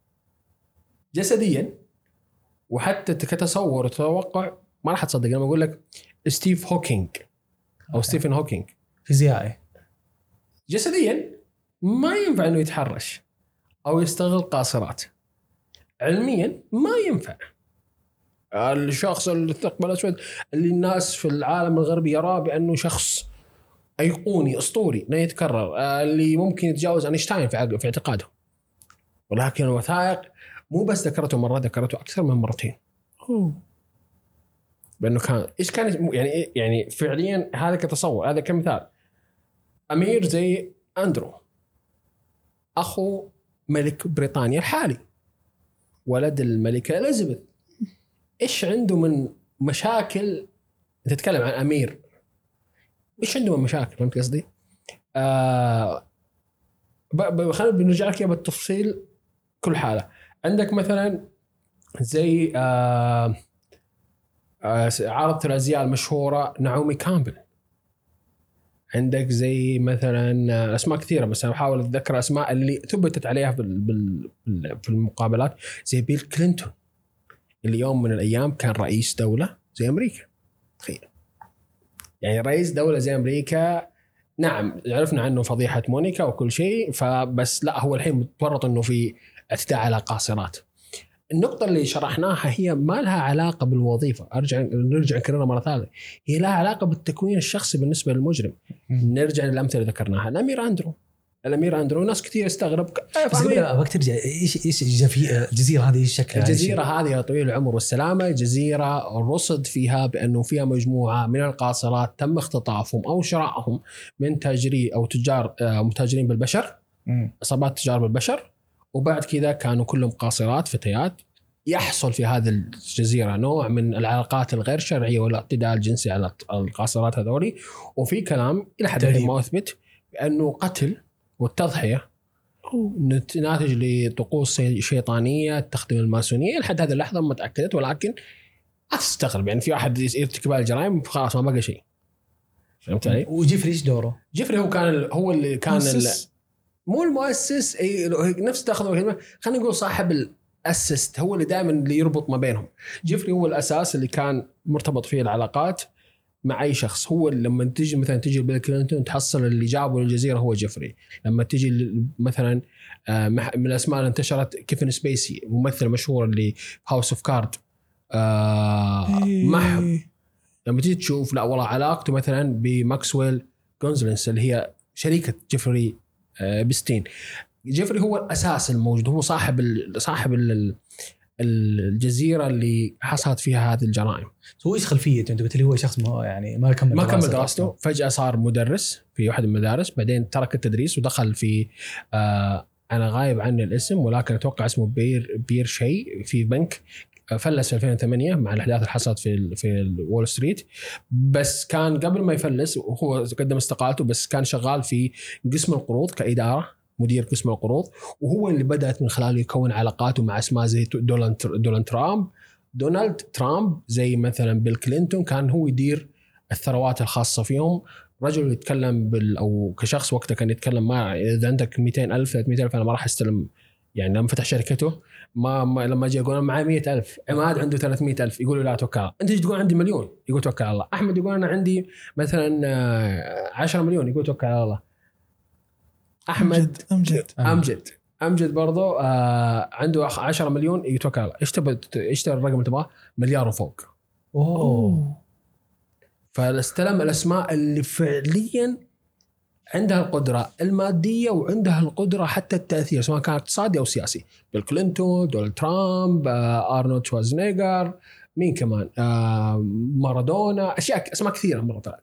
جسديا وحتى كتصور وتوقع ما راح تصدق لما أقول لك ستيف هوكينج أو ستيفن هوكينج، فيزيائي جسديا ما ينفع إنه يتحرش أو يستغل قاصرات، علميا ما ينفع. الشخص الثقب الأسود اللي الناس في العالم الغربي يراه بأنه شخص أيقوني أسطوري لا يتكرر، اللي ممكن يتجاوز أينشتاين في اعتقاده، ولكن الوثائق مو بس ذكرته مرة، ذكرته أكثر من مرتين. بأنه كان إيش كان يعني فعليا هذا كتصور، هذا كمثال. أمير زي أندرو أخو ملك بريطانيا الحالي، ولد الملكة إليزابيث، إيش عنده من مشاكل؟ أنت تتكلم عن أمير، إيش عنده من مشاكل؟ فهمت قصدي؟ خلينا بنرجع لك بالتفصيل كل حالة. عندك مثلا زي عارضة الأزياء المشهورة نعومي كامبل، عندك زي مثلا أسماء كثيرة بس أنا بحاول أتذكر أسماء اللي ثبتت عليها في المقابلات، زي بيل كلينتون اللي يوم من الأيام كان رئيس دولة زي أمريكا. تخيل يعني رئيس دولة زي أمريكا. نعم عرفنا عنه فضيحة مونيكا وكل شيء، فبس لا هو الحين متورط إنه في اعتداء على قاصرات. النقطة اللي شرحناها هي ما لها علاقة بالوظيفة، نرجع نكررها مرة ثالثة، هي لها علاقة بالتكوين الشخصي بالنسبة للمجرم. نرجع للأمثلة اللي ذكرناها، الأمير أندرو الامير اندرو. ناس كثير استغرب بس قبل ابغاك ترجع، ايش الجزيره هذه ايش شكلها؟ الجزيره هذه يا طويل العمر والسلامه جزيره رصد فيها بانه فيها مجموعه من القاصرات تم اختطافهم او شرائهم من تاجري او تجار متاجرين بالبشر، عصابات تجار بالبشر، وبعد كذا كانوا كلهم قاصرات فتيات. يحصل في هذه الجزيرة نوع من العلاقات الغير شرعية والاعتداء الجنسي على القاصرات هذولي، وفي كلام إلى حد ما أثبت بأنه قتل والتضحية ناتج لطقوس شيطانية تخدم الماسونية. لحد هذه اللحظة ما تأكدت، ولكن أستغرب يعني في واحد يرتكب الجرائم خلاص ما بقى شيء. فهمت علي؟ وجيفري إيش دوره؟ جيفري هو اللي كان مو المؤسس، نفس تاخذوا الكلمة، خلينا نقول صاحب الأسست، هو اللي دائما اللي يربط ما بينهم. جيفري هو الأساس اللي كان مرتبط فيه العلاقات مع أي شخص. هو لما تيجي مثلا تيجي بيل كلينتون تحصل اللي جابه للجزيرة هو جيفري. لما تيجي مثلا من الأسماء اللي انتشرت كيفن سبيسي ممثل مشهور اللي هاوس اوف كارد محب. لما تيجي تشوف لا والله علاقته مثلا بماكسويل جونزلينس اللي هي شريكة جيفري بستين. جيفري هو الأساس الموجود، هو صاحب الجزيرة اللي حصلت فيها هذه الجرائم. هو إيش خلفيته؟ أنت قلت لي هو شخص يعني ما كمل دراسته، فجأة صار مدرس في واحد من المدارس، بعدين ترك التدريس ودخل في أنا غايب عن الاسم ولكن أتوقع اسمه بير شيء في بنك. فلس في 2008 مع الأحداث اللي حصلت في وول ستريت. بس كان قبل ما يفلس وهو قدم استقالته، بس كان شغال في قسم القروض كإدارة، مدير قسم القروض، وهو اللي بدأت من خلاله يكون علاقاته مع اسماء زي دونالد ترامب زي مثلا بيل كلينتون. كان هو يدير الثروات الخاصة فيهم. رجل يتكلم أو كشخص وقتها كان يتكلم ما إذا عندك 200,000 300,000 أنا ما راح استلم. يعني لما فتح شركته ما لما جاء يقول أنا معي 100,000، عماد عنده 300,000 يقول لا توكل. أنت تقول عندي مليون يقول توكل على الله. أحمد يقول أنا عندي مثلا 10 مليون يقول توكل على الله. أحمد أمجد برضو عنده 10 مليون يتوكل على الله. إيش تبغى الرقم اللي تبغاه؟ مليار وفوق. فاستلم الأسماء اللي فعليا عندها القدرة المادية وعندها القدرة حتى التأثير سواء كان اقتصادي أو سياسي. بيل كلينتون، دونالد ترامب، أرنولد شوازنيغر، مين كمان، مارادونا، أسماء كثيرة مرة طلعت.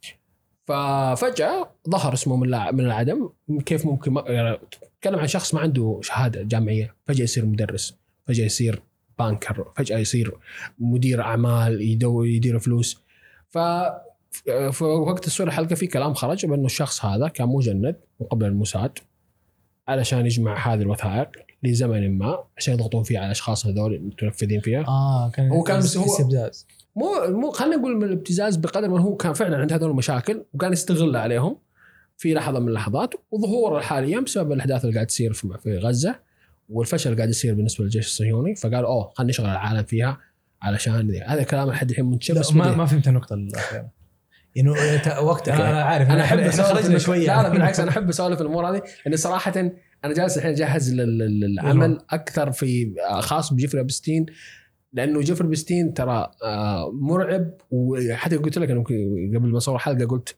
ففجأة ظهر اسمه من العدم. كيف ممكن تتكلم عن شخص ما عنده شهادة جامعية فجأة يصير مدرس، فجأة يصير بانكر، فجأة يصير مدير أعمال يدير فلوس. في وقت الصورة الحلقة في كلام خرج بأنه الشخص هذا كان مجند وقبل الموساد علشان يجمع هذه الوثائق لزمن ما عشان يضغطون فيها على الأشخاص هذول المتنفذين فيها. هو كان استبداز، مو خلينا نقول من الابتزاز بقدر ما هو كان فعلا عند هذول المشاكل وكان يستغل عليهم في لحظة من اللحظات. وظهور حاليا بسبب الأحداث اللي قاعد تصير في غزة والفشل اللي قاعد يصير بالنسبة للجيش الصهيوني، فقالوا خلينا نشغل العالم فيها علشان هذا كلام لحد الحين منتشر. ما فهمت النقطة الأخيرة إنه وقت أنا عارف أنا أحب خرجنا شوية. لا بالعكس أنا أحب أسولف الموضوع هذه لأن صراحة أنا جالس الحين أجهز للعمل أكثر في خاص بجيفري بستين، لأنه جيفري بستين ترى مرعب. وحتى قلت لك أنه قبل ما صور حلقة قلت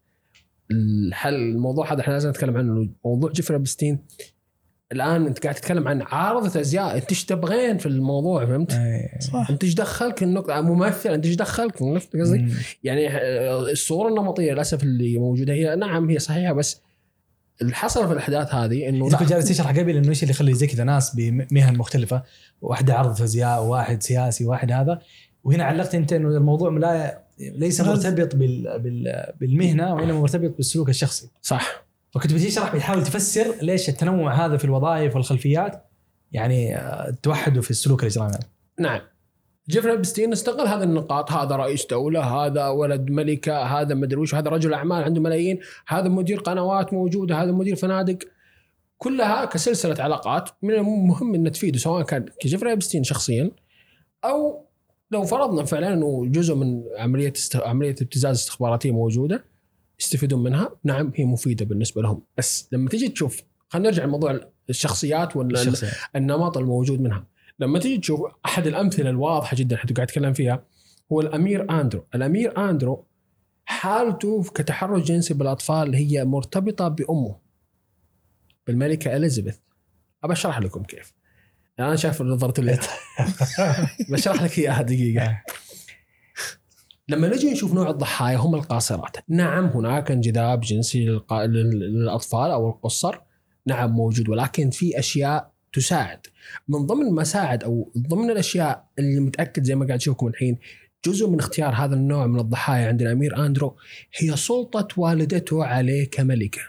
الموضوع هذا احنا لازم نتكلم عنه. موضوع جيفري بستين الآن أنت قاعد تتكلم عن عارضة أزياء، أنت إيش تبغين في الموضوع؟ فهمت؟ أنت إيش دخلك النقطة ممثل؟ أنت إيش دخلك قصدي؟ يعني الصورة النمطية للأسف اللي موجودة هي نعم هي صحيحة، بس اللي حصل في الأحداث هذه إنه كنت جالس تشرح قبل إنه إيش اللي يخلي زي كذا ناس بمهن مختلفة، واحد عرض أزياء وواحد سياسي وواحد هذا، وهنا علقت أنت إنه الموضوع ليس مرتبط بالمهنة وإنما مرتبط بالسلوك الشخصي. صح. فكنت بتشرح بتحاول تفسر ليش التنوع هذا في الوظائف والخلفيات يعني توحدوا في السلوك الإجرامي. نعم. جيفري بستين استغل هذه النقاط، هذا رئيس دولة، هذا ولد ملكة، هذا مدروش، هذا رجل أعمال عنده ملايين، هذا مدير قنوات موجودة، هذا مدير فنادق، كلها كسلسلة علاقات من المهم أن تفيده سواء كان كجيفري بستين شخصيا أو لو فرضنا فعلا أنه جزء من عملية ابتزاز استخباراتية موجودة يستفيدون منها. نعم هي مفيدة بالنسبة لهم، بس لما تيجي تشوف خلينا نرجع لموضوع الشخصيات والنمط الموجود منها. لما تيجي تشوف أحد الأمثلة الواضحة جدا حتى قاعد أتكلم فيها هو الأمير أندرو. الأمير أندرو حالته كتحرش جنسي بالأطفال هي مرتبطة بأمه. بالملكة إليزابيث. أبشرح لكم كيف. أنا شايف نظرة اللي بشرح لك إياها دقيقة. لما نجي نشوف نوع الضحايا هم القاصرات، نعم هناك انجذاب جنسي للأطفال أو القصر، نعم موجود، ولكن في أشياء تساعد. من ضمن المساعد أو ضمن الأشياء اللي متأكد زي ما قاعد أشوفكم الحين جزء من اختيار هذا النوع من الضحايا عند الأمير أندرو هي سلطة والدته عليه كملكة.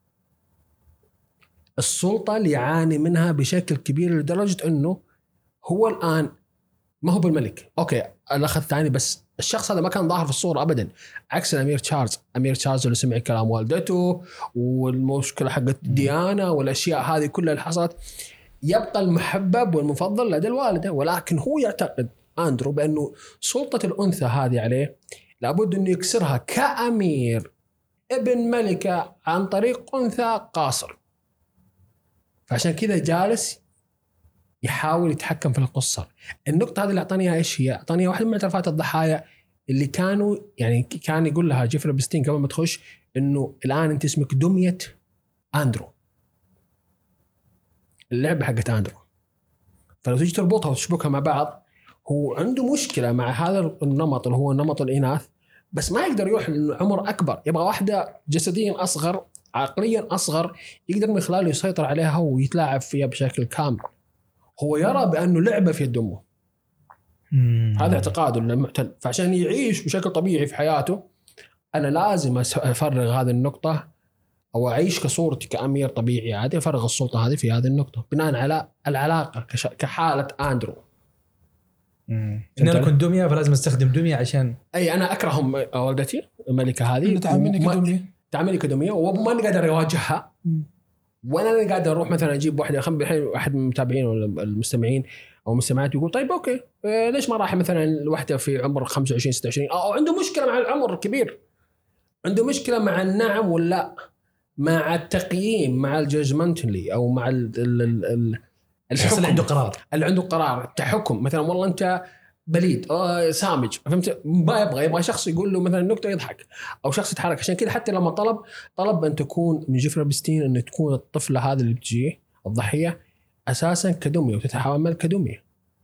السلطة اللي يعاني منها بشكل كبير لدرجة أنه هو الآن ما هو بالملك. أوكي الأخ الثاني، بس الشخص هذا ما كان ظاهر في الصورة أبدا، عكس الأمير تشارلز. أمير تشارلز اللي سمع كلام والدته والمشكلة حقت ديانا والأشياء هذه كلها اللي حصلت، يبقى المحبب والمفضل لدى الوالدة. ولكن هو يعتقد أندرو بأنه سلطة الأنثى هذه عليه لابد أنه يكسرها كأمير ابن ملكة عن طريق أنثى قاصر. فعشان كذا جالس يحاول يتحكم في القصة. النقطة هذه اللي أعطانيها إيش هي؟ أعطانيها واحد من اعترافات الضحايا اللي كانوا يعني كان يقول لها جيفري إبستين قبل ما تخش إنه الآن أنت اسمك دمية أندرو، اللعبة حقت أندرو. فلو تيجي تربطها وتشبكها مع بعض، هو عنده مشكلة مع هذا النمط اللي هو نمط الإناث، بس ما يقدر يروح لعمر أكبر، يبغى واحدة جسديا أصغر عقليا أصغر يقدر من خلاله يسيطر عليها ويتلاعب فيها بشكل كامل. هو يرى بأنه لعبة في يد أمه. هذا اعتقاده المعتل. فعشان يعيش بشكل طبيعي في حياته أنا لازم أفرغ هذه النقطة أو أعيش كصورتي كأمير طبيعي عادي، أفرغ السلطة هذه في هذه النقطة بناء على العلاقة كحالة أندرو. إن أنا كنت دمية فلازم أستخدم دمية عشان أنا أكرههم والدتي الملكة هذه تعاملني كدمية وما قادر يواجهها. وانا قاعد اروح مثلا اجيب واحده الحين واحد من المتابعين ولا المستمعين او المستمعات يقول طيب اوكي ليش ما راح مثلا الواحده في عمر 25 26 او عنده مشكله مع العمر الكبير، عنده مشكله مع النعم ولا مع التقييم مع الججمنتلي او مع الشخص اللي عنده قرار التحكم. مثلا والله انت بليد سامج، فهمت؟ ما يبغى شخص يقول له مثلا نكته يضحك او شخص يتحرك. عشان كذا حتى لما طلب ان تكون من جيفري إبستين ان تكون الطفله هذه اللي بتجيه الضحيه اساسا كدميه وتتعامل كدميه،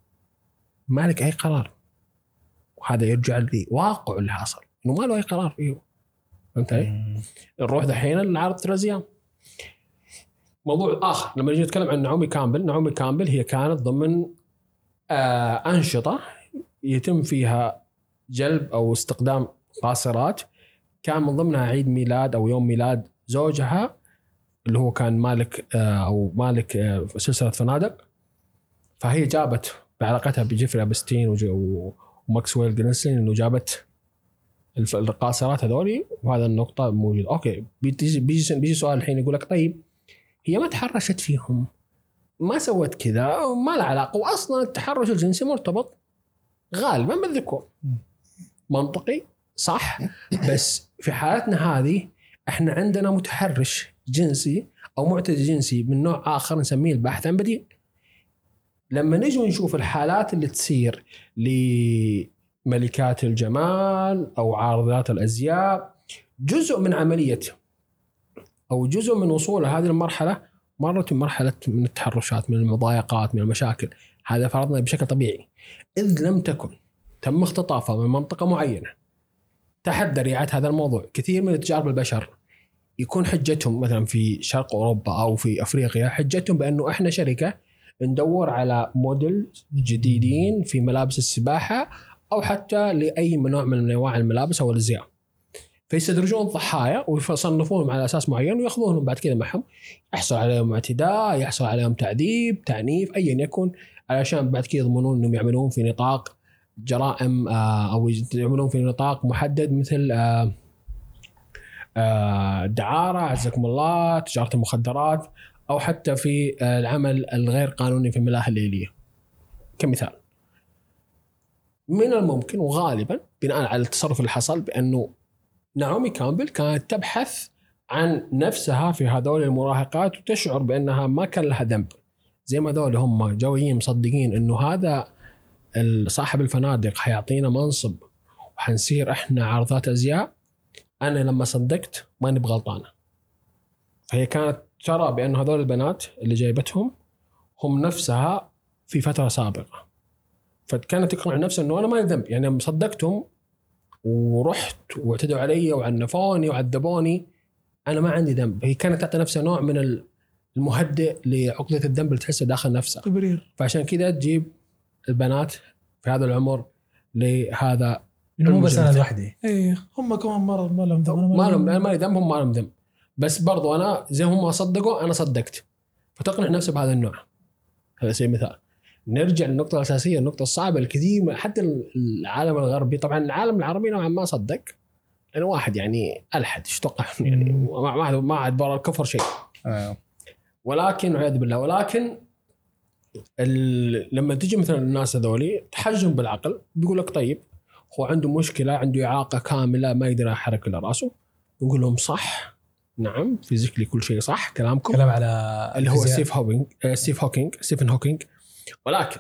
ما لك اي قرار. وهذا يرجع لواقع اللي حصل انه ما له اي قرار فيه. فهمت علي؟ نروح دحين لعرض ترازيان، موضوع اخر. لما نجي نتكلم عن نعومي كامبل هي كانت ضمن أنشطة يتم فيها جلب أو استخدام قاصرات، كان من ضمنها عيد ميلاد أو يوم ميلاد زوجها اللي هو كان مالك سلسلة فنادق. فهي جابت بعلاقتها بجيفري إبستين وماكسويل جرينسلين إنه جابت القاصرات هذولي، وهذا النقطة موجودة. أوكي بيجي سؤال الحين يقول لك طيب هي ما تحرشت فيهم، ما سوت كذا، ما له علاقة، وأصلا التحرش الجنسي مرتبط غالبا بالذكور. منطقي صح، بس في حالتنا هذه احنا عندنا متحرش جنسي أو معتدي جنسي من نوع آخر نسميه البحث عن بديل. لما نجي نشوف الحالات اللي تصير لملكات الجمال أو عارضات الأزياء، جزء من عملية أو جزء من وصول هذه المرحلة مرت مرحلة من التحرشات، من المضايقات، من المشاكل. هذا فرضنا بشكل طبيعي، إذ لم تكن تم اختطافها من منطقة معينة تحت رعاية هذا الموضوع. كثير من تجارب البشر يكون حجتهم مثلا في شرق أوروبا أو في أفريقيا حجتهم بأنه إحنا شركة ندور على موديل جديدين في ملابس السباحة أو حتى لأي نوع من أنواع الملابس أو الأزياء، فيستدرجون الضحايا ويصنفونهم على أساس معين ويأخذونهم بعد كذا معهم، يحصل عليهم اعتداء، يحصل عليهم تعذيب، تعنيف، أيا يكن، علشان بعد كذا يضمنون أنهم يعملون في نطاق جرائم أو يعملون في نطاق محدد مثل دعارة عزكم الله، تجارة المخدرات، أو حتى في العمل الغير قانوني في الملاهي الليلية كمثال. من الممكن وغالبا بناء على التصرف اللي حصل بأنه نعومي كامبل كانت تبحث عن نفسها في هذول المراهقات وتشعر بأنها ما كان لها ذنب، زي ما ذول هم جويين مصدقين أنه هذا صاحب الفنادق حيعطينا منصب وحنصير إحنا عارضات أزياء. أنا لما صدقت ما نبغى غلطانة. فهي كانت ترى بأن هذول البنات اللي جايبتهم هم نفسها في فترة سابقة، فكانت تقنع نفسها أنه أنا ما ذنب، يعني صدقتهم ورحت واعتدوا علي وعنفوني وعذبوني، أنا ما عندي ذنب. هي كانت تعطي نفسها نوع من المهدئ لعقدة الذنب اللي تحسها داخل نفسها. تبرير. فعشان كذا تجيب البنات في هذا العمر لهذا. مو بس أنا لوحدي، ايه هم كمان مرض ما لهم ذنب، ما لي ذنب، هم ما لهم ذنب، بس برضو أنا زي هم صدقوا أنا صدقت، فتقنع نفسها بهذا النوع. هذا سبيل مثال. نرجع للنقطة الأساسية، النقطة الصعبة الكثير حتى العالم الغربي، طبعا العالم العربي نوعا ما صدق، يعني واحد يعني ألحد اشتقى يعني ما عاد برا الكفر شيء. ولكن والعياذ بالله، ولكن لما تجي مثلا الناس هذولي تحجم بالعقل، بيقول لك طيب هو عنده مشكلة، عنده إعاقة كاملة ما يقدر يحرك إلا رأسه، نقول لهم صح، نعم فيزيكلي كل شيء صح كلامكم، كلام على اللي هو ستيفن هوكينج. ولكن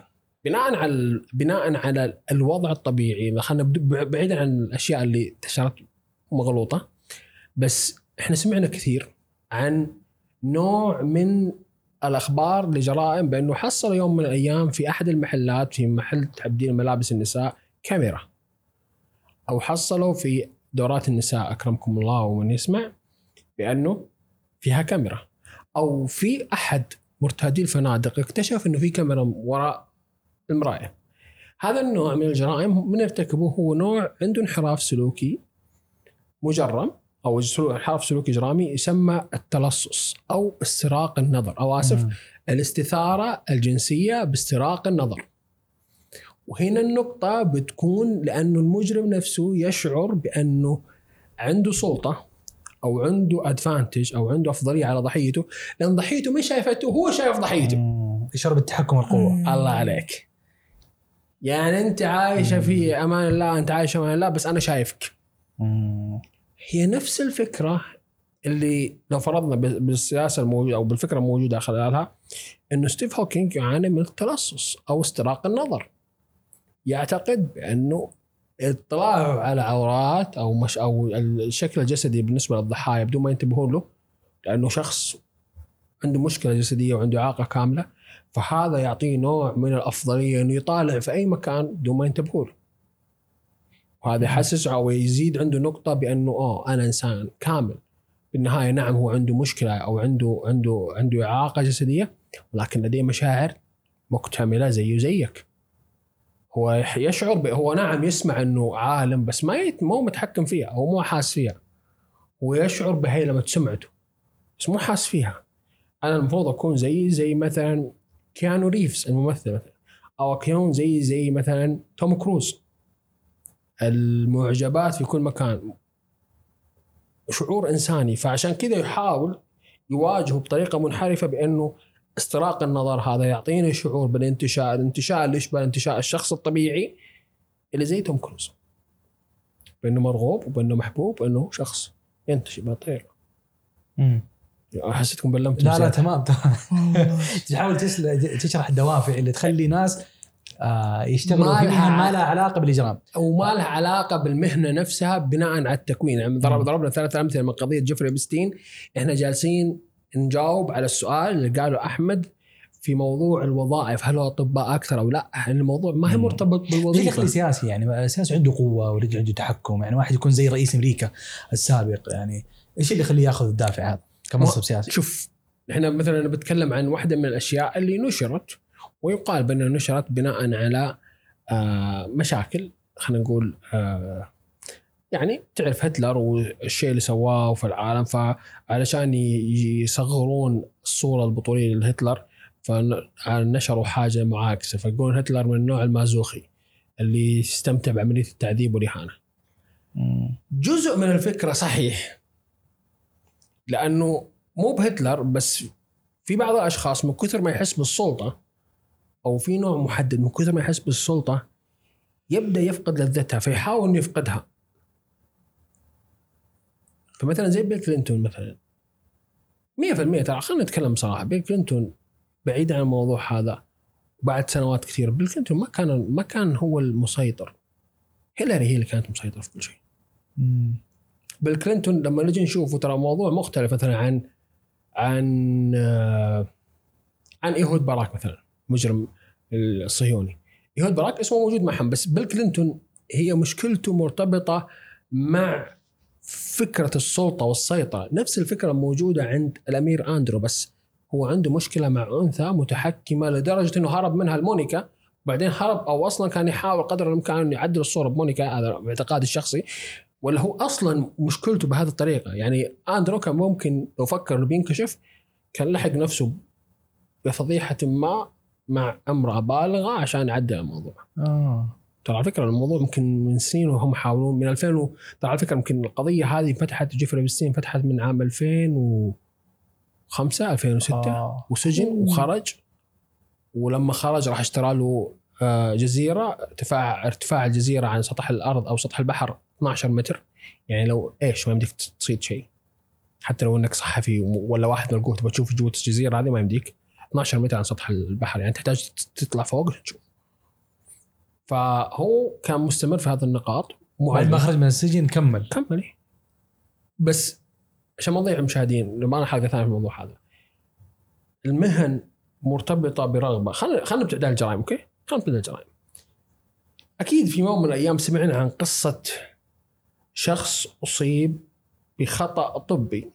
بناء على الوضع الطبيعي، خلينا بعيدا عن الأشياء اللي انتشرت مغلوطة، بس احنا سمعنا كثير عن نوع من الأخبار لجرائم بأنه حصل يوم من الأيام في أحد المحلات، في محل تبديل ملابس النساء، كاميرا، أو حصلوا في دورات النساء أكرمكم الله ومن يسمع بأنه فيها كاميرا، أو في أحد مرتادي الفنادق اكتشف أنه في كاميرا وراء المراية. هذا النوع من الجرائم من يرتكبه هو نوع عنده انحراف سلوكي مجرم، أو انحراف سلوكي إجرامي يسمى التلصص أو استراق النظر، أو الاستثارة الجنسية باستراق النظر. وهنا النقطة بتكون لأنه المجرم نفسه يشعر بأنه عنده سلطة أو عنده أدفانتج أو عنده أفضلية على ضحيته، لأن ضحيته مش شايفته، هو شايف ضحيته. يشعر بالتحكم والقوة. الله عليك، يعني أنت عايشة في أمان الله، أنت عايشة أمان الله، بس أنا شايفك. هي نفس الفكرة اللي لو فرضنا بالسياسة الموجودة أو بالفكرة الموجودة خلالها، إنه ستيف هوكينج يعاني من التلصص أو استراق النظر، يعتقد بأنه اطلاعه على عورات أو الشكل الجسدي بالنسبة للضحايا بدون ما ينتبهون له، لأنه شخص عنده مشكلة جسدية وعنده إعاقة كاملة، فهذا يعطيه نوع من الأفضلية إنه يطالع في أي مكان بدون ما ينتبهون له، وهذا يحسس أو يزيد عنده نقطة بأنه أنا إنسان كامل. بالنهاية نعم هو عنده مشكلة أو عنده إعاقة جسدية، ولكن لديه مشاعر مكتملة زيه زيك. هو يشعر هو نعم يسمع أنه عالم، بس مو متحكم فيها أو مو حاس فيها. هو يشعر بهيلمة سمعته بس مو حاس فيها. أنا المفروض أكون زي مثلا كيانو ريفز الممثل مثلا، أو أكون زي مثلا توم كروز، المعجبات في كل مكان، شعور إنساني. فعشان كذا يحاول يواجهه بطريقة منحرفة بأنه استراق النظر هذا يعطيني شعور بالانتشاء، الانتشاء اللي يشبه انتشاء الشخص الطبيعي اللي زي توم كروز، بأنه مرغوب وبأنه محبوب وأنه شخص ينتشي بطريقة. حسيتكم بلمت؟ لا تمام. تحاول تشرح الدوافع اللي تخلي ناس يشتغلوا في مهنة ما لها علاقة بالإجرام أو ما لها علاقة بالمهنة نفسها بناء على التكوين. يعني ضربنا 3 أمثلة من قضية جيفري إبستين. إحنا جالسين نجاوب على السؤال اللي قاله أحمد في موضوع الوظائف، هل هو أطباء أكثر أو لا. الموضوع ما هي مرتبط بالوظيفة. يخلي سياسي، يعني السياسي عنده قوة ورجع عنده تحكم. يعني واحد يكون زي رئيس أمريكا السابق، يعني إيش اللي يخليه ياخذ الدافع هذا كمنصب سياسي؟ شوف إحنا مثلا بتكلم عن واحدة من الأشياء اللي نشرت، ويقال بأنها نشرت بناء على مشاكل، خلينا نقول يعني تعرف هتلر والشيء اللي سواه في العالم، فعلشان يصغرون الصورة البطولية لهتلر فنشروا حاجة معاكسة، فيقولون هتلر من النوع المازوخي اللي يستمتع بعملية التعذيب والإهانة. جزء من الفكرة صحيح، لأنه مو بهتلر بس، في بعض الأشخاص من كثر ما يحس بالسلطة، أو في نوع محدد من كثر ما يحس بالسلطة يبدأ يفقد لذتها فيحاول أن يفقدها. فمثلا زي بيل كلينتون مثلا 100%، ترى خلينا نتكلم بصراحة، بيل كلينتون بعيد عن الموضوع هذا بعد سنوات كثيرة، بيل كلينتون ما كان هو المسيطر، هيلاري هي اللي كانت مسيطرة في كل شيء. بيل كلينتون لما نجي نشوفه ترى موضوع مختلف مثلا عن عن إيهود باراك مثلا، مجرم الصهيوني. إيهود باراك اسمه موجود معهم، بس بيل كلينتون هي مشكلته مرتبطة مع فكرة السلطة والسيطرة. نفس الفكرة موجودة عند الأمير أندرو، بس هو عنده مشكلة مع أنثى متحكمة لدرجة أنه هرب منها المونيكا، بعدين هرب أو أصلا كان يحاول قدر الإمكان أن يعدل الصورة بمونيكا، هذا باعتقادي الشخصي. ولا هو أصلا مشكلته بهذه الطريقة؟ يعني أندرو كان ممكن لو فكر أنه بينكشف كان لحق نفسه بفضيحة ما مع امرأة بالغة عشان يعدل الموضوع. ترى على فكرة الموضوع ممكن من سنين وهم يحاولون من 2000 ترى على فكرة ممكن القضية هذه فتحت جيفري إبستين فتحت من عام 2005 2006 وسجن وخرج. ولما خرج راح اشترى له جزيرة، ارتفاع الجزيرة عن سطح الأرض أو سطح البحر 12 متر. يعني لو إيش ما يمديك تصيد شيء، حتى لو إنك صحفي ولا واحد من القوة تبغى تشوف جوة الجزيرة هذه ما يمديك. 12 متر عن سطح البحر، يعني تحتاج تطلع فوق تشوف. فهو كان مستمر في هذه النقاط. بعد ما خرج من السجن كمل. بس عشان ما نضيع المشاهدين لما أنا حلقة ثانية في الموضوع هذا، المهن مرتبطة برغبة. خلنا نبدأ الجرائم. أوكي، خلنا نبدأ الجرائم. أكيد في يوم من الأيام سمعنا عن قصة شخص أصيب بخطأ طبي.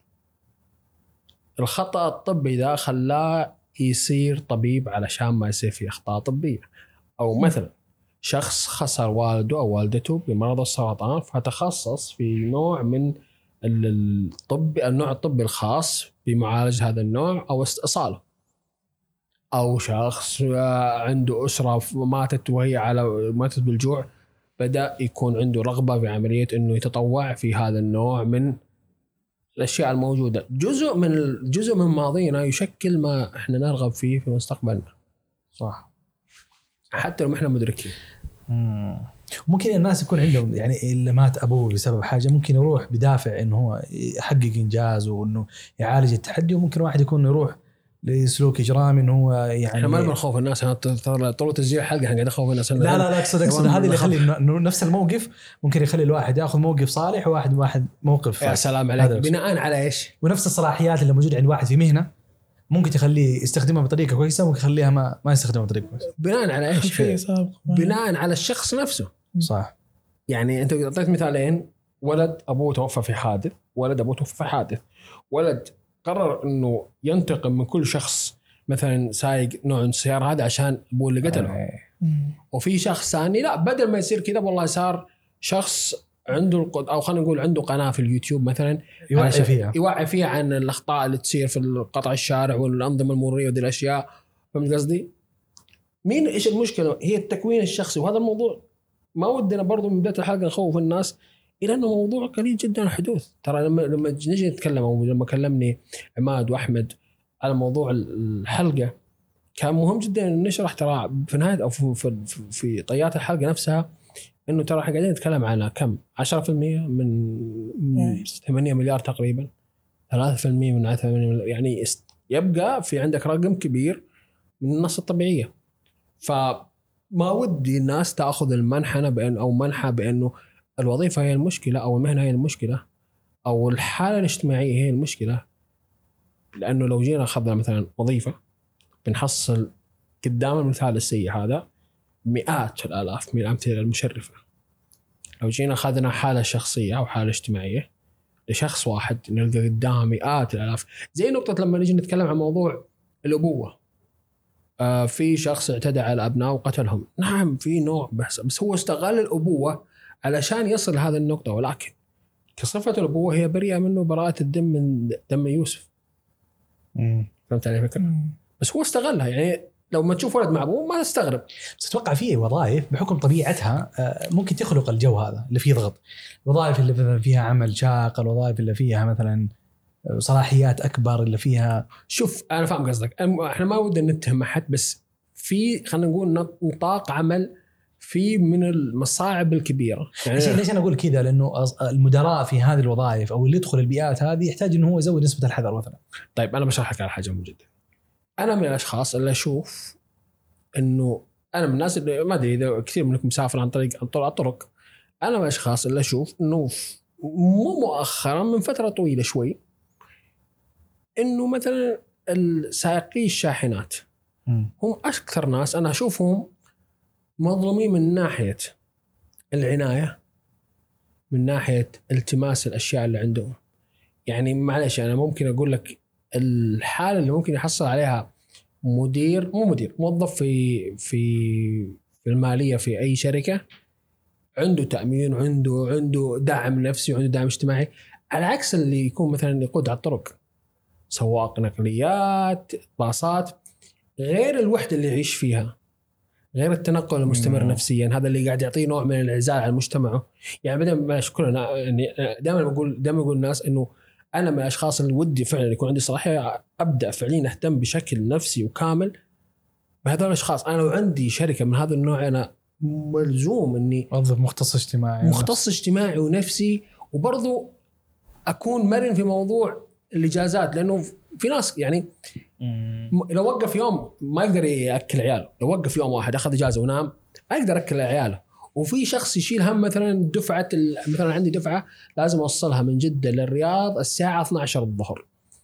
الخطأ الطبي ده خلاه يصير طبيب علشان ما يصير في أخطاء طبية. أو مثلا شخص خسر والده أو والدته بمرض السرطان فتخصص في نوع من الطب، النوع الطبي الخاص بمعالجة هذا النوع أو استئصاله. أو شخص عنده أسرة ماتت ماتت بالجوع، بدأ يكون عنده رغبة في عملية إنه يتطوع في هذا النوع من الأشياء الموجودة. جزء من ماضينا يشكل ما إحنا نرغب فيه في مستقبلنا. صح، حتى لو إحنا مدركين. ممكن الناس يكون عندهم يعني اللي مات أبوه بسبب حاجة ممكن يروح بدافع إنه هو يحقق إنجاز وإنه يعالج التحدي، وممكن واحد يكون يروح لسلوك إجرامي إنه هو يعني إحنا ما بنخوف الناس. أنا طول تسجيل حلقة إحنا قاعد نخوف الناس. لا أقصد هذا اللي يخلي إنه نفس الموقف ممكن يخلي الواحد يأخذ موقف صالح وواحد موقف يا سلام عليك. بناء على إيش؟ ونفس الصلاحيات اللي موجودة عند واحد في مهنة ممكن تخليه يستخدمها بطريقة كويسة وممكن يخليها ما يستخدمها بطريقة كويسة. بناء على إيش؟ بناء على الشخص نفسه. صح. يعني أنت أعطيت مثالين: ولد أبوه توفى في حادث، ولد أبوه توفى في حادث. ولد قرر إنه ينتقم من كل شخص مثلا سايق نوع السيارة هذا عشان أبوه اللي قتله. وفي شخص ثاني لا، بدل ما يصير كذا والله صار شخص عنده أو خلينا نقول عنده قناة في اليوتيوب مثلا يوعي فيها عن الأخطاء اللي تصير في قطع الشارع والأنظمة المرورية ودي الأشياء. فهمت قصدي؟ إيش المشكلة؟ هي التكوين الشخصي. وهذا الموضوع ما ودنا برضو من بداية الحلقة نخوف الناس، إلى أنه موضوع قليل جدا حدوث. ترى لما نجي نتكلم أو لما كلمني عماد وأحمد على موضوع الحلقة كان مهم جدا أن نشرح ترى في نهاية أو في طيات الحلقة نفسها إنه ترى إحنا قاعدين نتكلم على كم 10% من 8 مليار تقريبا، 3% من 8 مليار. يعني يبقى في عندك رقم كبير من النص الطبيعية. فما ودي الناس تأخذ المنحنى بأنه الوظيفة هي المشكلة أو المهنة هي المشكلة أو الحالة الاجتماعية هي المشكلة. لأنه لو جينا أخذنا مثلا وظيفة بنحصل قدام المثال السيء هذا مئات الآلاف من الأمثلة المشرفة. لو جينا أخذنا حالة شخصية أو حالة اجتماعية لشخص واحد نلقى قدامه مئات الآلاف. زي نقطة لما نجي نتكلم عن موضوع الأبوة، في شخص اعتدى على الأبناء وقتلهم. نعم في نوع بس هو استغل الأبوة علشان يصل لهذه النقطة، ولكن كصفة الأبوة هي بريئة منه براءة الدم من دم يوسف. فهمت علي فكرة؟ بس هو استغلها. يعني لو ما تشوف ولد مع أبوه ما تستغرب. بس أتوقع فيه وظائف بحكم طبيعتها ممكن تخلق الجو هذا اللي فيه ضغط. الوظائف اللي فيها عمل شاق، الوظائف اللي فيها مثلا صلاحيات أكبر، اللي فيها شوف أنا فاهم قصدك. إحنا ما ودنا نتهم أحد، بس في خلينا نقول نطاق عمل في من المصاعب الكبيرة. يعني ليش أنا أقول كذا؟ لأنه المدراء في هذه الوظائف أو اللي يدخل البيئات هذه يحتاج إنه هو يزود نسبة الحذر مثلا. طيب أنا بشرح لك على حاجة مهمة جدا. أنا من الأشخاص اللي أشوف إنه أنا من الناس اللي ما أدري إذا كثير منكم مسافر عن طريق الطرق. أنا من الأشخاص اللي أشوف إنه مو مؤخرا من فترة طويلة شوي انه مثلا السائقي الشاحنات هم اكثر ناس انا اشوفهم مظلومين من ناحيه العنايه، من ناحيه التماس الاشياء اللي عندهم. يعني معلش انا ممكن اقول لك الحاله اللي ممكن يحصل عليها موظف في الماليه في اي شركه، عنده تامين، عنده دعم نفسي، وعنده دعم اجتماعي، على عكس اللي يكون مثلا يقود على الطرق، سواق نقليات، باصات، غير الوحده اللي يعيش فيها، غير التنقل المستمر نفسيا، هذا اللي قاعد يعطيه نوع من الانعزال عن مجتمعه. يعني بدل ما كلنا يعني دائما بقول الناس انه انا من الاشخاص اللي ودي فعلا يكون عندي صلاحيه ابدا فعليا اهتم بشكل نفسي وكامل بهذول الاشخاص. انا لو عندي شركه من هذا النوع انا ملزوم اني موظف مختص اجتماعي ونفسي، وبرضو اكون مرن في موضوع الاجازات، لانه في ناس يعني لو وقف يوم ما يقدر ياكل عياله، لو وقف يوم واحد اخذ اجازه ونام ما يقدر ياكل عياله. وفي شخص يشيل هم مثلا دفعه، مثلا عندي دفعه لازم اوصلها من جده للرياض الساعه 12 الظهر.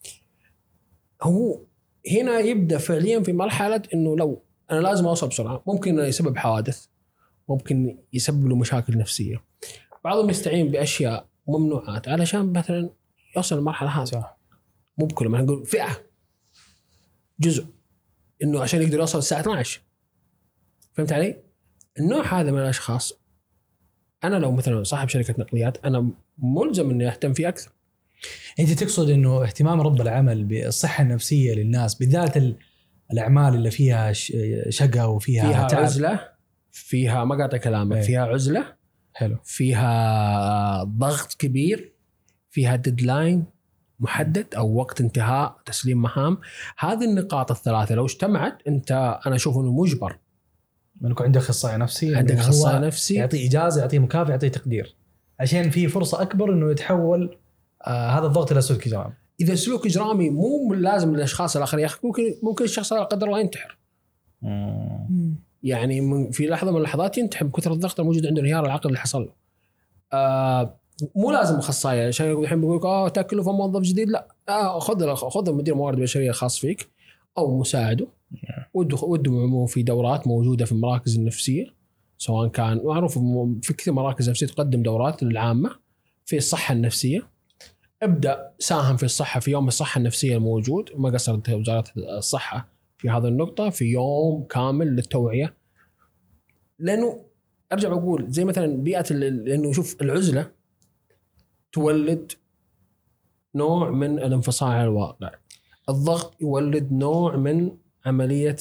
هو هنا يبدا فعليا في مرحله انه لو انا لازم اوصل بسرعه، ممكن يسبب حوادث، ممكن يسبب له مشاكل نفسيه. بعضهم يستعين باشياء ممنوعات علشان مثلا يوصل المرحله هذه. مو بكل ما نقول فئه جزء انه عشان يقدر يوصل الساعه 12. فهمت علي؟ النوع هذا من الاشخاص انا لو مثلا صاحب شركه نقليات انا ملزم اني اهتم فيه اكثر. انت تقصد انه اهتمام رب العمل بالصحه النفسيه للناس، بالذات الاعمال اللي فيها شقه وفيها تعب، عزله، فيها مقاطع كلامك، فيها عزله، حلو، فيها ضغط كبير، فيها ديدلاين محدد او وقت انتهاء تسليم مهام. هذه النقاط الثلاثه لو اجتمعت انا اشوف انه مجبر انك عندك اخصائي نفسي، عندك اخصائي نفسي يعطي اجازه، يعطي مكافاه، يعطي تقدير، عشان في فرصه اكبر انه يتحول هذا الضغط الى سلوك اجرامي. اذا سلوك اجرامي مو لازم للاشخاص الاخرين، ممكن الشخص لا قدر الله ينتحر. يعني في لحظه من اللحظات ينتحر بكثر الضغط الموجود عنده، انهيار العقل اللي حصل له. مو لازم اخصائي عشان الحين بيقول لك تكلفه موظف جديد، لا، خذ مدير موارد بشريه خاص فيك او مساعده، ودوا في دورات موجوده في المراكز النفسيه، سواء كان معروف في كثير مراكز نفسيه تقدم دورات للعامه في الصحه النفسيه. ابدا ساهم في الصحه، في يوم الصحه النفسيه الموجود، ما قصرت وزاره الصحه في هذه النقطه، في يوم كامل للتوعيه. لانه ارجع اقول زي مثلا بيئه، لانه شوف العزله تولد نوع من الانفصال عن الواقع، الضغط يولد نوع من عمليه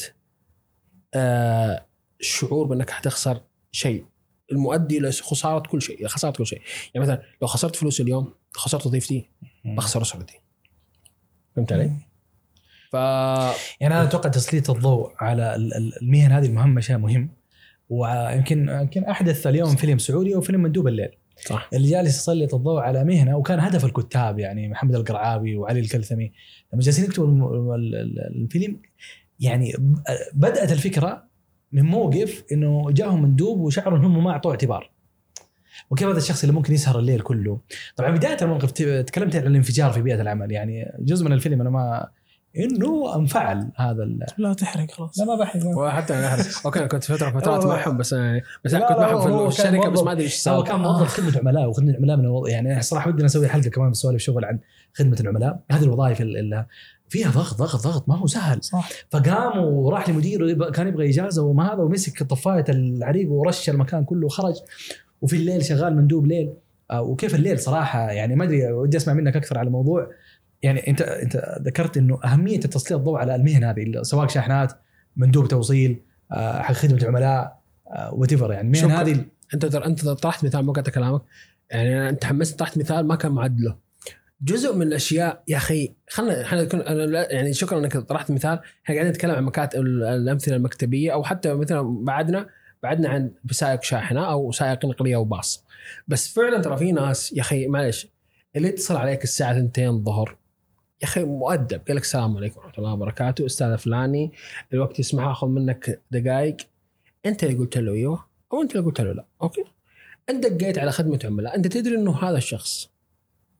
الشعور بانك حتخسر شيء، المؤدي لخساره كل شيء، خساره كل شيء. يعني مثلا لو خسرت فلوس اليوم، خسرت وظيفتي، بخسر اسرتي. فهمت علي؟ يعني انا اتوقع تسليط الضوء على المهن هذه المهمشه مهم. ويمكن احدث اليوم فيلم سعودي وفيلم مندوب الليل، صح، اللي جالس يسلط الضوء على مهنه، وكان هدف الكتاب يعني محمد القرعاوي وعلي الكلثمي لما جالسين يكتبوا الفيلم، يعني بدأت الفكرة من موقف انه جاهم مندوب وشعروا انهم ما اعطوه اعتبار، وكيف هذا الشخص اللي ممكن يسهر الليل كله. طبعا بداية الموقف تكلمت عن الانفجار في بيئة العمل، يعني جزء من الفيلم انا ما انه انفعل هذا لا تحرق خلاص، لا ما بحرق وحتى انا احرق. اوكي كنت فترات معهم، بس كنت معهم في الشركه، بس ما ادري ايش صار. هو كان موظف خدمه عملاء، وخدمه العملاء من يعني صراحه ودنا نسوي حلقه كمان بسوالف شغل عن خدمه العملاء. هذه الوظائف اللي فيها ضغط ما هو سهل. صح. فقام وراح لمديره، كان يبغى اجازه وما هذا، ومسك طفايه العريق ورش المكان كله وخرج، وفي الليل شغال مندوب ليل. وكيف الليل صراحه يعني ما ادري، ودي اسمع منك اكثر على الموضوع. يعني انت ذكرت انه اهميه تسليط الضوء على المهن هذه، سواء شاحنات، مندوب توصيل، حق خدمه عملاء، وتفر يعني المهن هذه. انت طرحت مثال، ما قطعت كلامك، يعني انت حمست طرحت مثال ما كان معدله. جزء من الاشياء يا اخي، انا يعني شكرا انك طرحت مثال. احنا قاعدين نتكلم عن مكاتب، الامثله المكتبيه، او حتى مثلا بعدنا عن سائق شاحنه او سائق نقليه وباص. بس فعلا ترى في ناس يا اخي معلش، اللي يتصل عليك الساعه 2 الظهر يا اخي مؤدب، قال لك السلام عليكم ورحمه الله وبركاته استاذ فلاني، الوقت يسمح اخذ منك دقائق. انت اللي قلت له ايوه او انت اللي قلت له لا، اوكي، انت دقيت على خدمه عملاء، انت تدري انه هذا الشخص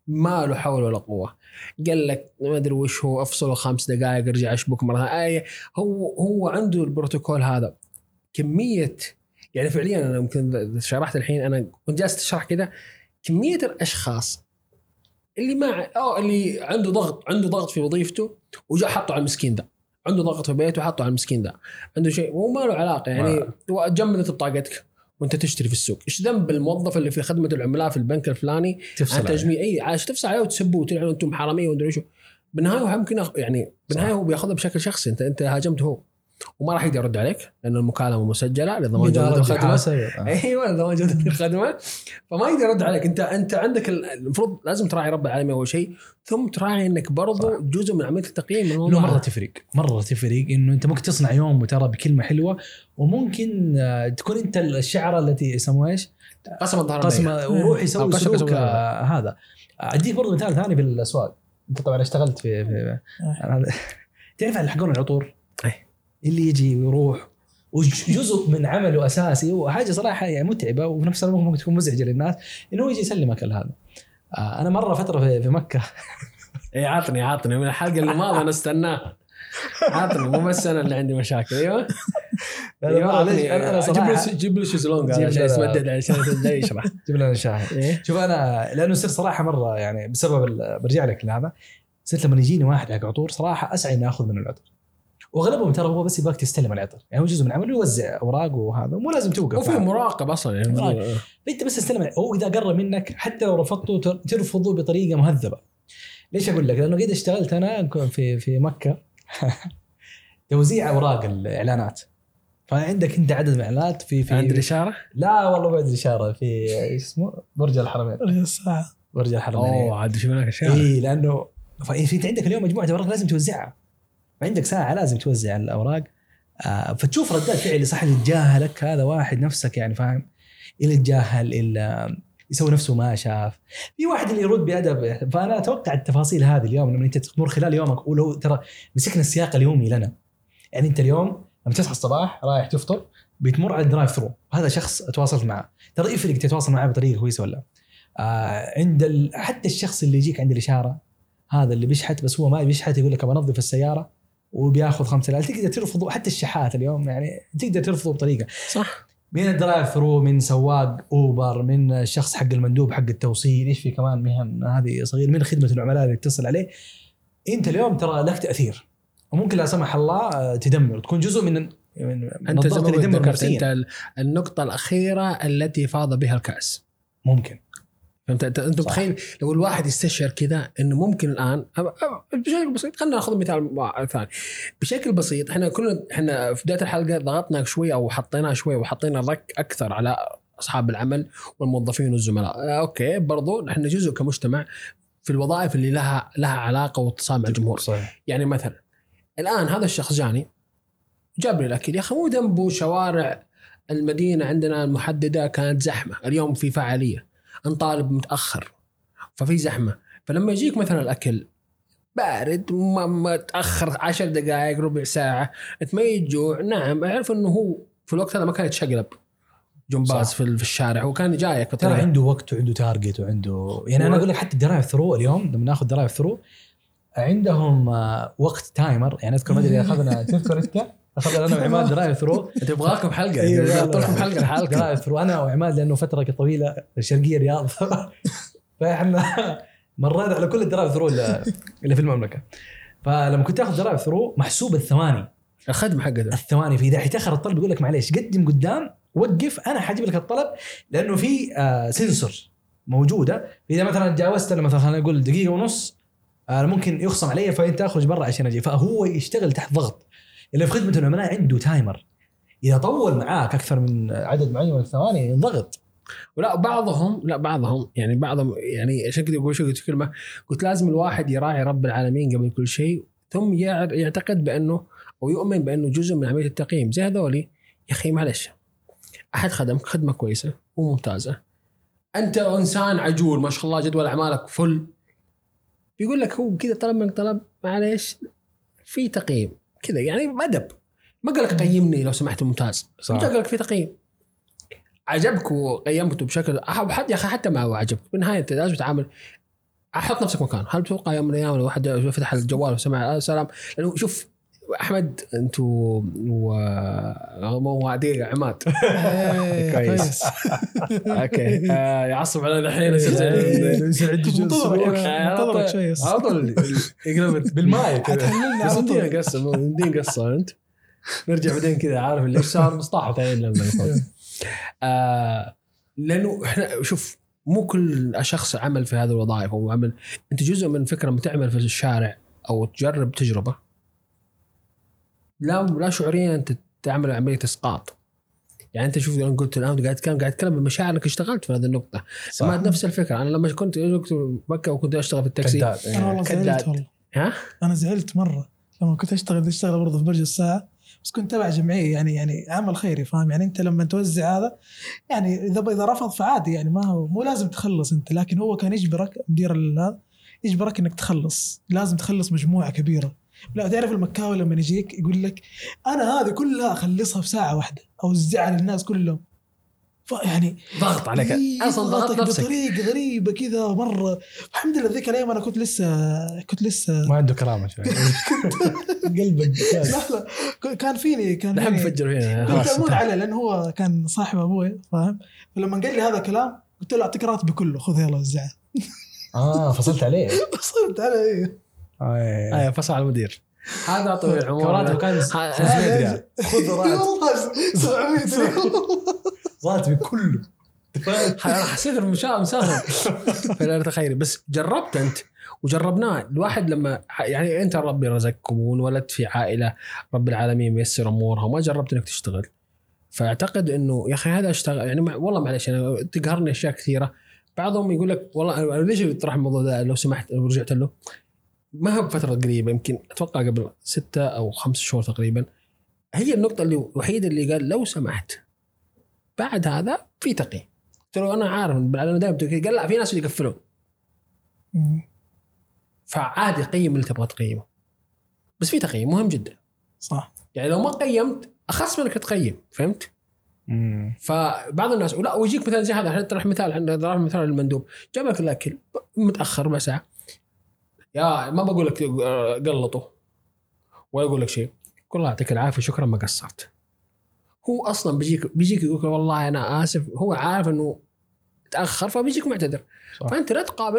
ما له حول ولا قوه، قال لك ما ادري وش هو، افصله 5 دقائق ارجع اشبك مره ثانيه. هو عنده البروتوكول هذا. كميه يعني فعليا انا يمكن شرحت الحين، انا كنت جالس اشرح كذا كميه الاشخاص اللي اللي عنده ضغط في وظيفته وجاء حطه على المسكين ده، عنده ضغط في بيته وحطه على المسكين ده، عنده شيء وما له علاقه يعني جمدت بطاقتك وانت تشتري في السوق. ايش ذنب الموظف اللي في خدمه العملاء في البنك الفلاني عن تجميع عايش تفصل عليه وتسبوه وتلعنوا انتم حراميه وندري شو؟ بالنهايه ممكن يعني بالنهايه هو بياخذها بشكل شخصي، انت هاجمته هو وما راح يقدر يرد عليك لأن المكالمة مسجلة لضمان جودة الخدمة. أيوة لضمان جودة الخدمة، فما يقدر يرد عليك. أنت عندك المفروض لازم تراعي رب العالمين أول شيء، ثم تراعي إنك برضو جزء من عملية التقييم من الموضوع. مرة تفرق إنه أنت ممكن تصنع يوم وترى بكلمة حلوة، وممكن تكون أنت الشعرة التي يسموها إيش قسم وروح يسوي سلوك هذا. أديك برضو مثال ثاني في الأسواق. أنت طبعا اشتغلت في تعرف على حقون العطور اللي يجي ويروح وجزء من عمله أساسي، وحاجة صراحة يعني متعبة وفي نفس الوقت ممكن تكون مزعجة للناس إنه يجي يسلمك هذا. أنا مرة فترة في مكة عاطني من الحلقة اللي ماضي أنا استناه. عاطني مو بس أنا اللي عندي مشاكل. أيوة أنا جيب لي شيزلونج عشان يسمدد عشان يشرح. جيب لنا شاهد. شوف أنا لأنه صرت صراحة مرة يعني بسبب برجع لك لهذا، صرت لما يجيني واحد حق عطور صراحة أسعى إني أخذ من العطر، وغالبهم ترى هو بس يبغاك تستلم العطر، يعني هو جزء من عمله يوزع اوراق وهذا، مو لازم توقف وفي مراقب اصلا يعني انت بس تستلم. هو اذا قرب منك حتى لو رفضته ترفضه بطريقه مهذبه. ليش اقول لك؟ لانه قد اشتغلت انا في مكه توزيع اوراق الاعلانات، فعندك انت عدد من الاعلانات في عند الاشاره. لا والله بعد الاشاره في اسمه برج الحرمين. برج الحرمين عاد شو هناك اشاره. اي لانه فانت عندك اليوم مجموعه اوراق لازم توزعها، عندك ساعة لازم توزع الأوراق. فتشوف ردات فعل صح اللي يتجاهلك، هذا واحد نفسك يعني فاهم، اللي يتجاهل اللي يسوي نفسه ما شاف، في واحد اللي يرد بأدب. فأنا أتوقع التفاصيل هذه اليوم لما أنت تمر خلال يومك، ولو ترى مسكنا السياق اليومي لنا، يعني أنت اليوم لما تصحى الصباح رايح تفطر بتمر على الدرايف ثرو، هذا شخص أتواصلت معه، ترى يفرق تتواصل معه بطريقة كويسة ولا عند حتى الشخص اللي يجيك عند الإشارة، هذا اللي بيشحت بس هو ما بيشحت، يقول لك بنظف السيارة وبياخذ 5 ريال، تقدر ترفضه. حتى الشحات اليوم يعني تقدر ترفضه بطريقة صح، من الدرايف ثرو، من سواق أوبر، من الشخص حق المندوب حق التوصيل، إيش في كمان مهن هذه صغير، من خدمة العملاء اللي تتصل عليه. أنت اليوم ترى لك تأثير، وممكن لا سمح الله تدمر، تكون جزء من أنت الضغط اللي يدمر نفسيا. أنت النقطة الأخيرة التي فاض بها الكأس ممكن. فانت متخيل لو الواحد يستشعر كذا انه ممكن الان بشكل بسيط. خلينا ناخذ مثال ثاني بشكل بسيط. احنا في بدايه الحلقه ضغطنا شوي او حطينا شوي وحطينا رك اكثر على اصحاب العمل والموظفين والزملاء. اوكي برضو احنا جزء كمجتمع في الوظائف اللي لها علاقه واتصال مع الجمهور. صحيح. يعني مثلا الان هذا الشخص جاني جاب لي الاكل، يا اخي مو ذنبه شوارع المدينه عندنا المحدده كانت زحمه، اليوم في فعاليه، انطالب متأخر ففي زحمة، فلما يجيك مثلا الأكل بارد متأخر 10 دقائق ربع ساعة تميت جوع، نعم أعرف أنه هو في الوقت هذا ما كان يتشقلب جنباز في الشارع، هو كان جايك ترى عنده وقت وعنده تارجت وعنده يعني أنا أقول لك حتى الدرايف ثرو اليوم لما ناخذ درايف ثرو عندهم وقت تايمر. يعني أذكر ما أدري أخذنا تذكر أنت أخذنا أنا وعماد درايف ثرو، تبغاكم حلقة لكم حلقة درايف ثرو أنا وعماد لأنه فترة طويلة الشرقية رياض فإحنا مرينا على كل الدرايف ثرو اللي في المملكة. فلما كنت أخذ درايف ثرو محسوب الثواني الخدمة حقته الثواني، في إذا حيتأخر الطلب يقول لك معليش قدم قدام وقف أنا حجيب لك الطلب، لأنه في سنسور موجودة، إذا مثلا تجاوزت مثلا خلينا نقول دقيقة ونص ممكن يخصم علي فأنت أخرج برا عشان أجي. فهو يشتغل تحت ضغط. اللي في خدمة العملاء عنده تايمر، إذا طول معاك أكثر من عدد معين من الثواني ينضغط. ولا بعضهم يعني عشان كده يقول شو كلمة قلت لازم الواحد يراعي رب العالمين قبل كل شيء، ثم يعتقد بأنه أو يؤمن بأنه جزء من عملية التقييم. زي هذولي يا أخي معلش أحد خدمك خدمة كويسة وممتازة، أنت إنسان عجول ما شاء الله جدول أعمالك فل، بيقول لك هو كده طلب منك طلب معلش في تقييم كذا يعني مدب، ما قال لك قيمني لو سمحت ممتاز، انت قال لك في تقييم عجبك وقيمته بشكل حد يا اخي حتى ما هو عجبك بالنهايه انت لازم تتعامل احط نفسك مكان. هل تتوقع يوم من الايام لو واحد فتح الجوال وسمع سلام؟ لانه شوف احمد انتوا مو دقيقه عماد كويس. اوكي يعصب على الحين يصير عندي منتظرك شوي هذا يقلب بالماي بس ندينا قصه انت نرجع بعدين كذا عارف اللي صار مصطلح ثاني لما يفوت. لانه احنا شوف مو كل شخص عمل في هذه الوظائف او عمل. انت جزء من فكره لما تعمل في الشارع او تجرب تجربه لا شعوريا انت تعمل عمليه اسقاط. يعني انت شوف انا قلت الان قاعد اتكلم بمشاعر انك اشتغلت في هذه النقطه. ما نفس الفكره. انا لما كنت بكه وكنت اشتغل في التاكسي انا والله زعلت والله. انا زعلت مره لما كنت اشتغل برضه في برج الساعه بس كنت تبع جمعيه يعني عمل خيري فاهم. يعني انت لما توزع هذا يعني اذا رفض فعادي يعني ما هو مو لازم تخلص انت. لكن هو كان يجبرك مدير هذا يجبرك انك تخلص. لازم تخلص مجموعه كبيره. لا تعرف المكاوي لما يجيك يقول لك انا هذه كلها اخلصها في ساعه واحده اوزعها للناس كلهم. يعني ضغط عليك اصلا ضغط نفسك بطريقه غريبه كذا مره. الحمد لله ذيك الايام انا كنت لسه ما عنده كرامه شوي قلبك. لا كان فيني نحب نفجر فينا خلاص امون عليه لانه هو كان صاحب ابوي فاهم. فلما قال لي هذا كلام قلت له اعطيك راتبي كله خذ يلا وزعه. فصلت عليه فصل على المدير. هذا طويل العمر كان 500 ريال خذ راتب 700 راتبي كله. انا حسيت المشاهد مساهم فلا تخيل. بس جربت انت وجربناه الواحد لما يعني انت ربي رزقكم وانولدت في عائله رب العالمين ميسر امورها وما جربت انك تشتغل. فاعتقد انه يا اخي هذا اشتغل يعني والله معلش انا تقهرني اشياء كثيره. بعضهم يقول لك والله ليش بتطرح الموضوع ده لو سمحت لو رجعت له ما هو بفتره قريبه يمكن اتوقع قبل 6 أو 5 شهور تقريبا. هي النقطه اللي الوحيده اللي قال لو سمحت بعد هذا في تقييم. ترى انا عارف انا دائما قال لا في ناس اللي يقفلون فعادي قيم اللي تبغى تقيمه بس في تقييم مهم جدا صح. يعني لو ما قيمت اخص منك تقيم فهمت. فبعض الناس ولا ويجيك مثلا زي هذا احنا نطرح مثال عندنا مثال المندوب جاب لك الاكل متاخر ربع ساعه يا ما بقول لك قلطه ولا اقول لك شيء قول الله يعطيك العافيه شكرا ما قصرت. هو اصلا بيجيك يقول والله انا اسف. هو عارف انه تاخر فبيجيك معتذر صح. فانت لا تقابل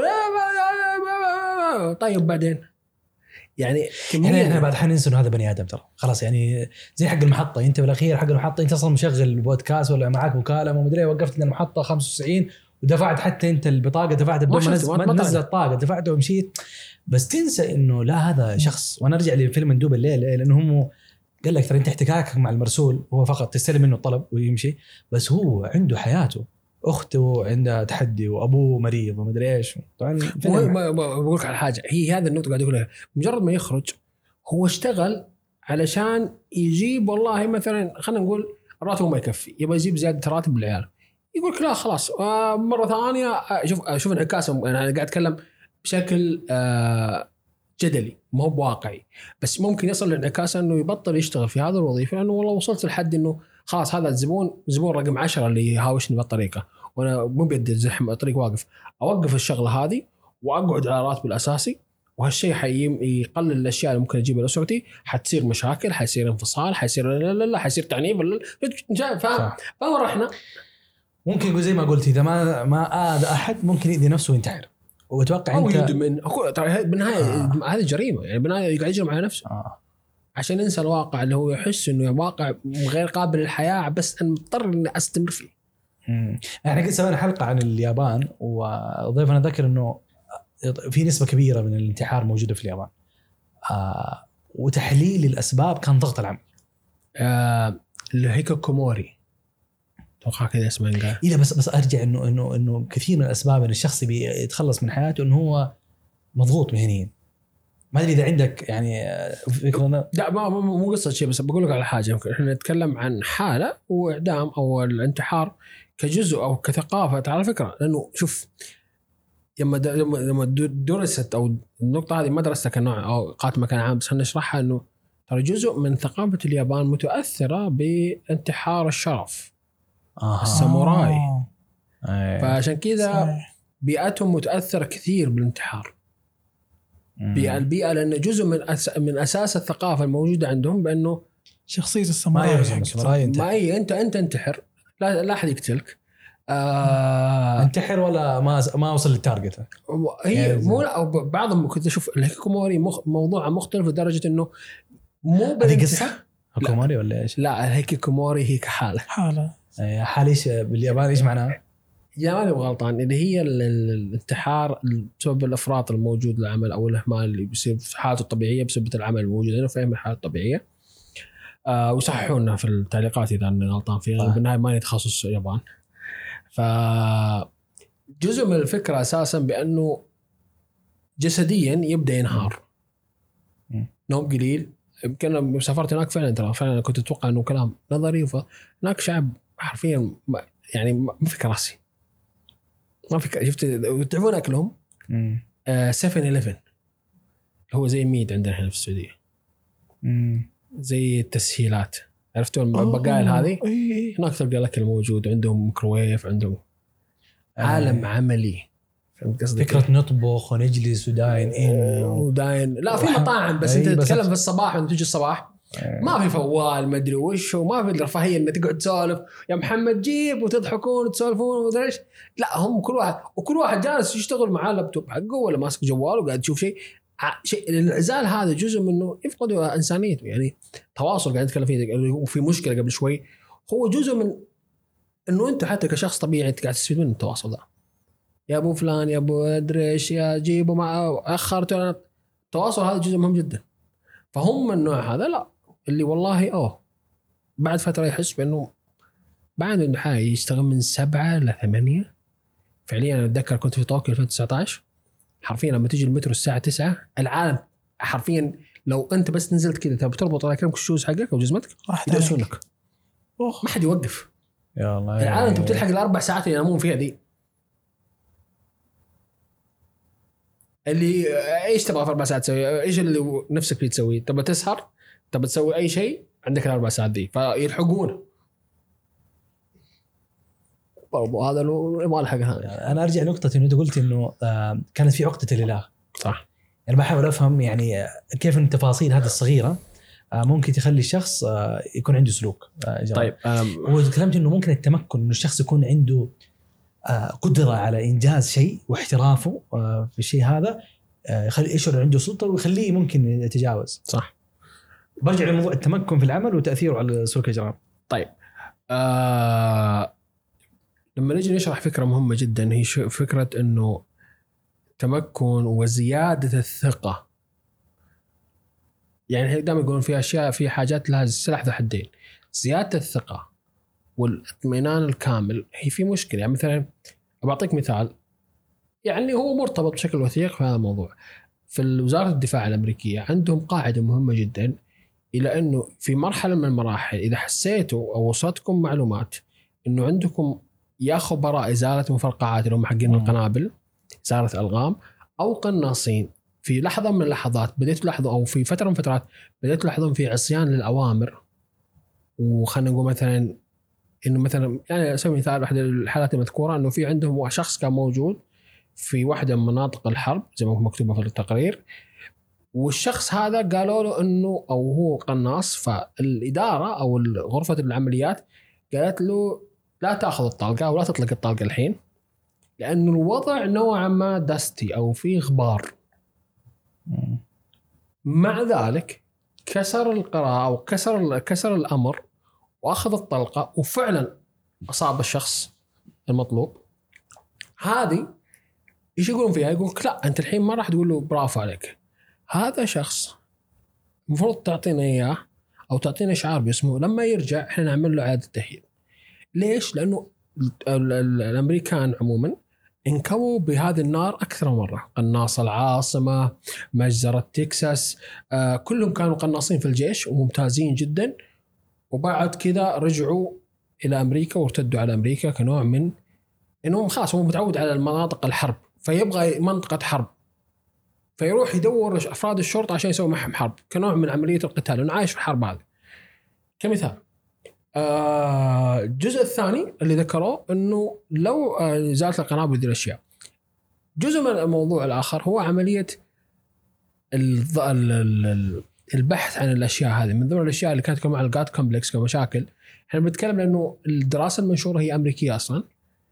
طيب بعدين يعني احنا بعد حين ننسى انه هذا بني ادم ترى خلاص. يعني زي حق المحطه انت بالاخير حق المحطه انت اصلا مشغل بودكاست ولا معك مكالمه ومدري وقفت لنا المحطه 95 ودفعت حتى انت البطاقه دفعتها بدون ما نزل الطاقه دفعته ومشيت. بس تنسى انه لا هذا شخص. وانا ارجع لفيلم مندوب الليل لانه هم قال لك ترى انت احتكاكك مع المرسول هو فقط تستلم منه الطلب ويمشي. بس هو عنده حياته اخته عندها تحدي وابوه مريض ومدري ايش. طبعا بقول لك على حاجه هي هذا النقطه قاعد اقولها. مجرد ما يخرج هو اشتغل علشان يجيب والله مثلا خلينا نقول راتبه ما يكفي يبغى يجيب زياده راتب للعيال يقول لك لا خلاص مره ثانيه شوف انعكاسه. انا قاعد اتكلم بشكل جدلي ما هو بواقعي بس ممكن يصل لانعكاسه انه يبطل يشتغل في هذا الوظيفه لانه والله وصلت لحد انه خلاص هذا زبون رقم 10 اللي يهاوشني بالطريقه وانا مو بيدي زحمه الطريق واقف. اوقف الشغله هذه واقعد على راتبي الاساسي وهالشيء يقلل الاشياء اللي ممكن اجيبها لاسرتي. حتصير مشاكل حيصير انفصال حيصير لا حيصير تعنيف فاهم رحنا. ممكن يقول زي ما قلت اذا ما اذى احد ممكن يؤذي نفسه وينتحر واتوقع انت يدمن. ترى بالنهايه هذه جريمه يعني بالنهايه يقعد يجرم على نفسه عشان ينسى الواقع اللي هو يحس انه واقع غير قابل للحياه بس انا مضطر اني استمر فيه. احنا قد سوينا حلقه عن اليابان وضيفنا ذكر انه في نسبه كبيره من الانتحار موجوده في اليابان. وتحليل الاسباب كان ضغط العمل. الهيكوكوموري توقع كذا اسمه قال. إيه بس ارجع انه كثير من الاسباب ان الشخص بيتخلص من حياته انه هو مضغوط مهنيا. ما ادري اذا عندك يعني فكره. لا مو قصه شيء بس بقول لك على حاجه. يمكن احنا نتكلم عن حاله واعدام او الانتحار كجزء او كثقافه على فكره. لانه شوف لما درست او النقطه هذه ما درستها كنوع او قات مكان عام بس نشرحها انه ترى جزء من ثقافه اليابان متاثره بانتحار الشرف الساموراي. فعشان كذا بيئتهم متاثره كثير بالانتحار. البيئه لان جزء من اساس الثقافه الموجوده عندهم بانه شخصيه ما الساموراي يوصل الساموراي ما هي انت انتحر، لا احد يقتلك. انتحر ولا ما وصل للتارجت. هي يعني مو أو بعضهم كنت اشوف الهيكيكوموري موضوع مختلف لدرجه انه مو هذه قصه هيكيكوموري ولا ايش؟ لا الهيكيكوموري هي حاله حاله ايش باليابان ايش معناها؟ يا ماني غلطان، اللي هي الانتحار بسبب الافراط الموجود للعمل او الاهمال اللي بيصير في حالته الطبيعيه بسبب العمل الموجود. انا فاهم الحاله الطبيعيه. وصححونا في التعليقات اذا انا غلطان فيها. بالنهايه ماني تخصص يابان. ف جزء من الفكره اساسا بانه جسديا يبدا ينهار، نوم قليل. يمكن سافرت هناك فعلا كنت اتوقع انه كلام نظري، فهناك شعب حرفيا يعني ما في كراسي، ما في شفت تعرفون اكلهم 7-11 هو زي ميد عندنا هنا في السعوديه، زي التسهيلات. عرفتوا البقايل هذه؟ هناك تلقى الاكل موجود، عندهم ميكروويف، عندهم عالم عملي. فهمت قصدي؟ فكره نطبخ ونجلس وداين لا في مطاعم بس انت تتكلم في الصباح وانت تجي الصباح ما في فوال ما ادري وش، وما في الرفاهيه انك تقعد تسولف يا محمد جيب وتضحكون وتسولفون وما ايش. لا هم كل واحد جالس يشتغل معاه اللابتوب حقه ولا ماسك جوال وقاعد يشوف شيء. الانعزال هذا جزء منه يفقد انسانيته. يعني تواصل قاعد نتكلم فيه وفي مشكله قبل شوي، هو جزء من انه انت حتى كشخص طبيعي انت قاعد تستفيد من التواصل ده. يا ابو فلان يا ابو ادريش يا جيبوا مع اخرت. التواصل هذا جزء مهم جدا. فهم النوع هذا لا اللي والله بعد فتره يحس بانه بعد النهايه يشتغل من 7 ل 8 فعليا. انا اتذكر كنت في طوكيو 2019 حرفيا لما تيجي المترو الساعه 9 العالم حرفيا لو انت بس نزلت كذا تبي تربط على كلامك الشوز حقك او جزمتك يدرسونك ما حد يوقف. يا الله العالم انت بتلحق ال4 ساعات اللي ينامون فيها دي. اللي ايش تبغى في 4 ساعات تسوي؟ ايش اللي نفسك فيه تسوي؟ تبغى تسهر؟ تبغى تسوي اي شيء؟ عندك ال4 ساعات دي فيلحقون. برضو هذا ما لحقها. انا ارجع نقطه انه انت قلت انه كانت في عقده الاله صح. يعني بحاول افهم يعني كيف ان التفاصيل هذه الصغيره ممكن تخلي الشخص يكون عنده سلوك. طيب وتكلمت انه ممكن التمكن انه الشخص يكون عنده قدره على انجاز شيء واحترافه في الشيء هذا يخلي يشعر عنده سلطه ويخليه ممكن يتجاوز. صح. برجع لموضوع التمكن في العمل وتاثيره على سلوك الاجرام. طيب لما نيجي نشرح فكره مهمه جدا هي فكره انه تمكن وزياده الثقه. يعني دائما يقولون في اشياء في حاجات لها سلاح ذو حدين. زياده الثقه والاطمئنان الكامل هي في مشكله. يعني مثلا بعطيك مثال يعني هو مرتبط بشكل وثيق في هذا الموضوع. في وزاره الدفاع الامريكيه عندهم قاعده مهمه جدا الى انه في مرحله من المراحل اذا حسيتوا او وصلتكم معلومات انه عندكم يا خبراء ازاله مفرقعات اللي هم حقين القنابل ازاله الغام او قناصين في لحظه من اللحظات بديت تلاحظوا او في فتره من فترات بديت تلاحظون في عصيان للاوامر. وخلنا نقول مثلا انه مثلا يعني اسوي مثال واحده الحالات المذكوره انه في عندهم شخص كان موجود في واحده من مناطق الحرب زي ما مكتوبه في التقرير والشخص هذا قالوا له انه او هو قناص. فالاداره او غرفه العمليات قالت له لا تاخذ الطلقه ولا تطلق الطلقه الحين لأن الوضع نوعا ما دستي أو فيه غبار. مع ذلك كسر القراءة أو كسر الأمر وأخذ الطلقة وفعلا أصاب الشخص المطلوب. هذه إيش يقولون فيها؟ يقولك لا أنت الحين ما راح تقول له برافو عليك. هذا شخص المفروض تعطينا إياه أو تعطينا إشعار باسمه لما يرجع إحنا نعمل له إعادة تأهيل. ليش؟ لأنه الأمريكان عموما انكووا بهذه النار أكثر مرة. قناص العاصمة، مجزرة تكساس، كلهم كانوا قناصين في الجيش وممتازين جدا. وبعد كذا رجعوا إلى أمريكا وارتدوا على أمريكا كنوع من إنهم خلاص هو متعود على المناطق الحرب فيبغى منطقة حرب فيروح يدور أفراد الشرطة عشان يسوي معهم حرب كنوع من عملية القتال لأنه عايش في الحرب هذه كمثال. الجزء الثاني اللي ذكروه انه لو زالت القنابل ذي الاشياء جزء من الموضوع الآخر هو عملية البحث عن الأشياء هذه. من ضمن الأشياء اللي كانت مع الجات كومبلكس كمشاكل، احنا بنتكلم لأنه الدراسة المنشورة هي أمريكية أصلا،